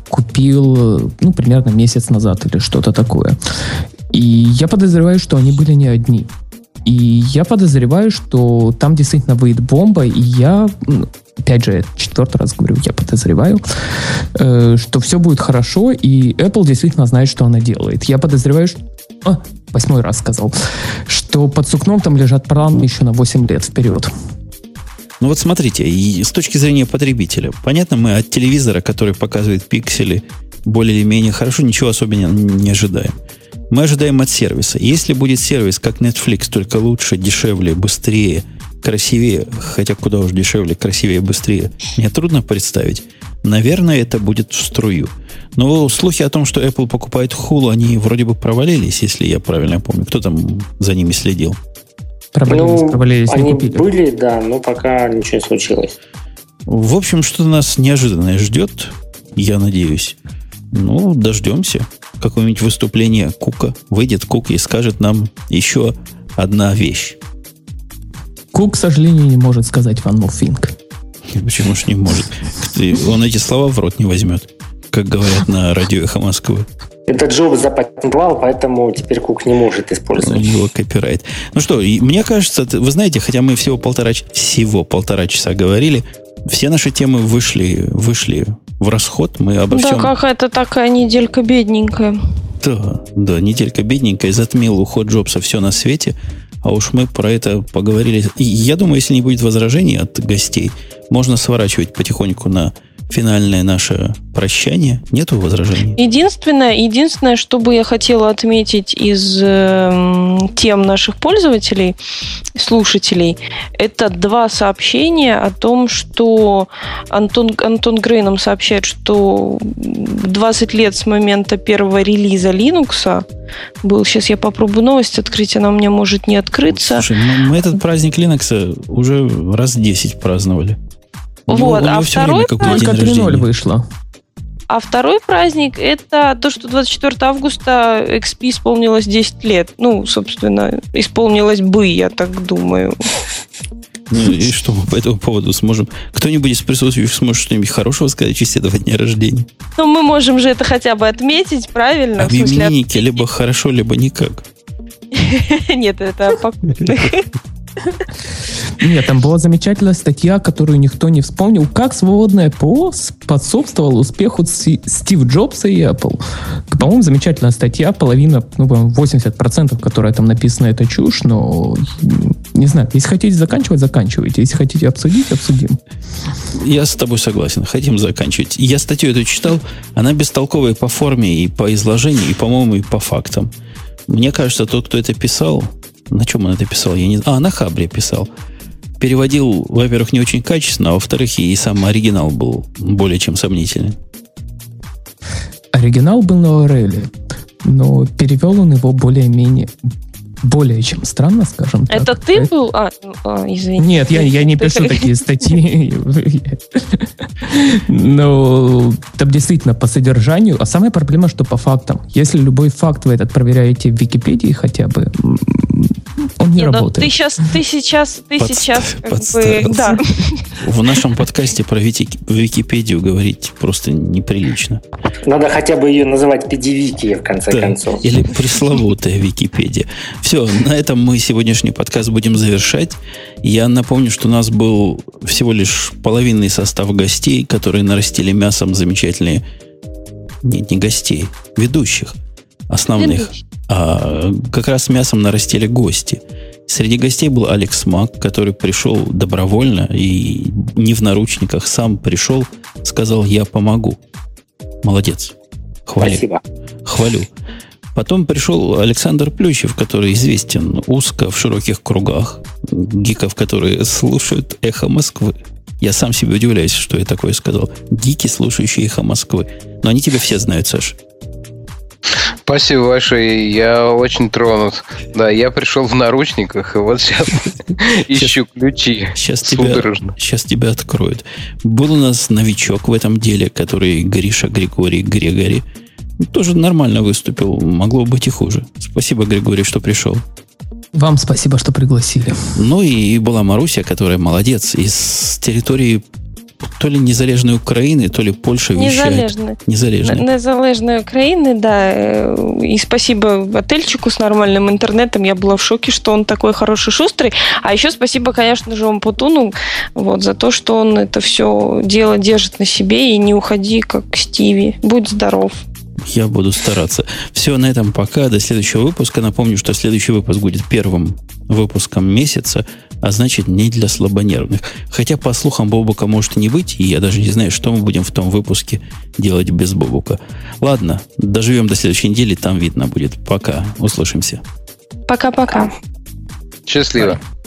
купил, примерно месяц назад или что-то такое. И я подозреваю, что они были не одни. И я подозреваю, что там действительно выйдет бомба, и я, опять же, 4-й раз говорю, я подозреваю, что все будет хорошо, и Apple действительно знает, что она делает. Я подозреваю, что... 8-й раз сказал, что под сукном там лежат планы еще на 8 лет вперед. Ну вот смотрите, и с точки зрения потребителя, понятно, мы от телевизора, который показывает пиксели, более или менее хорошо, ничего особенно не ожидаем. Мы ожидаем от сервиса. Если будет сервис, как Netflix, только лучше, дешевле, быстрее, красивее, хотя куда уж дешевле, красивее, быстрее, мне трудно представить. Наверное, это будет в струю. Но слухи о том, что Apple покупает Hulu, они вроде бы провалились, если я правильно помню. Кто там за ними следил? Провалились, они были, да, но пока ничего не случилось. В общем, что-то нас неожиданное ждет, я надеюсь. Дождемся. Какое-нибудь выступление Кука. Выйдет Кук и скажет нам еще одна вещь. Кук, к сожалению, не может сказать one more thing. Почему ж не может? Он эти слова в рот не возьмет, как говорят на радио «Эхо Москвы». Это Джобс запатентовал, поэтому теперь Кук не может использовать. У него копирайт. Мне кажется, вы знаете, хотя мы всего полтора часа говорили, все наши темы вышли в расход. Мы обо всем... Да, какая-то такая неделька бедненькая. Да, неделька бедненькая. Затмил уход Джобса все на свете. А уж мы про это поговорили. И я думаю, если не будет возражений от гостей, можно сворачивать потихоньку на финальное наше прощание. Нету возражений? Единственное, что бы я хотела отметить из тем наших пользователей, слушателей, это 2 сообщения о том, что Антон Грей нам сообщает, что 20 лет с момента первого релиза Linux был. Сейчас я попробую новость открыть, она у меня может не открыться. Слушай, мы этот праздник Linux уже раз 10 праздновали. Вот, а второй праздник... Только 3.0 вышло. А второй праздник – это то, что 24 августа XP исполнилось 10 лет. Собственно, исполнилось бы, я так думаю. И что мы по этому поводу сможем? Кто-нибудь из присутствующих сможет что-нибудь хорошего сказать в честь этого дня рождения? Мы можем же это хотя бы отметить, правильно? В имениннике либо хорошо, либо никак. Нет, это... Нет, там была замечательная статья, которую никто не вспомнил. Как свободное ПО способствовало успеху Стива Джобса и Apple. По-моему, замечательная статья. Половина, 80%, которая там написана, это чушь. Но, не знаю, если хотите заканчивать, заканчивайте. Если хотите обсудить, обсудим. Я с тобой согласен. Хотим заканчивать. Я статью эту читал. Она бестолковая по форме и по изложению, и, по-моему, и по фактам. Мне кажется, тот, кто это писал... На чем он это писал? Я не знаю. На Хабре писал. Переводил, во-первых, не очень качественно, а во-вторых, и сам оригинал был более чем сомнительный. Оригинал был на Ореле, но перевел он его более чем странно, скажем так. Это ты был? Извини. Нет, я не пишу такие статьи. Но там действительно по содержанию. А самая проблема, что по фактам. Если любой факт вы этот проверяете в Википедии хотя бы, он не работает. Ты сейчас да. В нашем подкасте про Википедию говорить просто неприлично. Надо хотя бы ее называть педивики, в конце концов. Или пресловутая Википедия. Все, на этом мы сегодняшний подкаст будем завершать. Я напомню, что у нас был всего лишь половинный состав гостей, которые нарастили мясом замечательные... Нет, не гостей, ведущих. Основных. А как раз мясом нарастили гости. Среди гостей был Алекс Мак, который пришел добровольно и не в наручниках, сам пришел, сказал: я помогу. Молодец. Хвалю. Спасибо. Хвалю. Потом пришел Александр Плющев, который известен узко в широких кругах гиков, которые слушают «Эхо Москвы». Я сам себе удивляюсь, что я такое сказал. Гики, слушающие «Эхо Москвы». Но они тебя все знают, Саша. Спасибо большое, я очень тронут. Да, я пришел в наручниках, и вот сейчас ищу ключи. Сейчас тебя откроют. Был у нас новичок в этом деле, который Гриша Григорий. Тоже нормально выступил. Могло быть и хуже. Спасибо, Григорий, что пришел. Вам спасибо, что пригласили. Ну и была Маруся, которая молодец. Из территории то ли незалежной Украины, то ли Польша вещает. Незалежной Украины, да. И спасибо отельчику с нормальным интернетом. Я была в шоке, что он такой хороший, шустрый. А еще спасибо, конечно же, Умпутуну за то, что он это все дело держит на себе. И не уходи, как Стиви. Будь здоров. Я буду стараться. Все, на этом пока. До следующего выпуска. Напомню, что следующий выпуск будет первым выпуском месяца, а значит, не для слабонервных. Хотя, по слухам, Бобука может и не быть, и я даже не знаю, что мы будем в том выпуске делать без Бобука. Ладно, доживем до следующей недели, там видно будет. Пока. Услышимся. Пока-пока. Счастливо.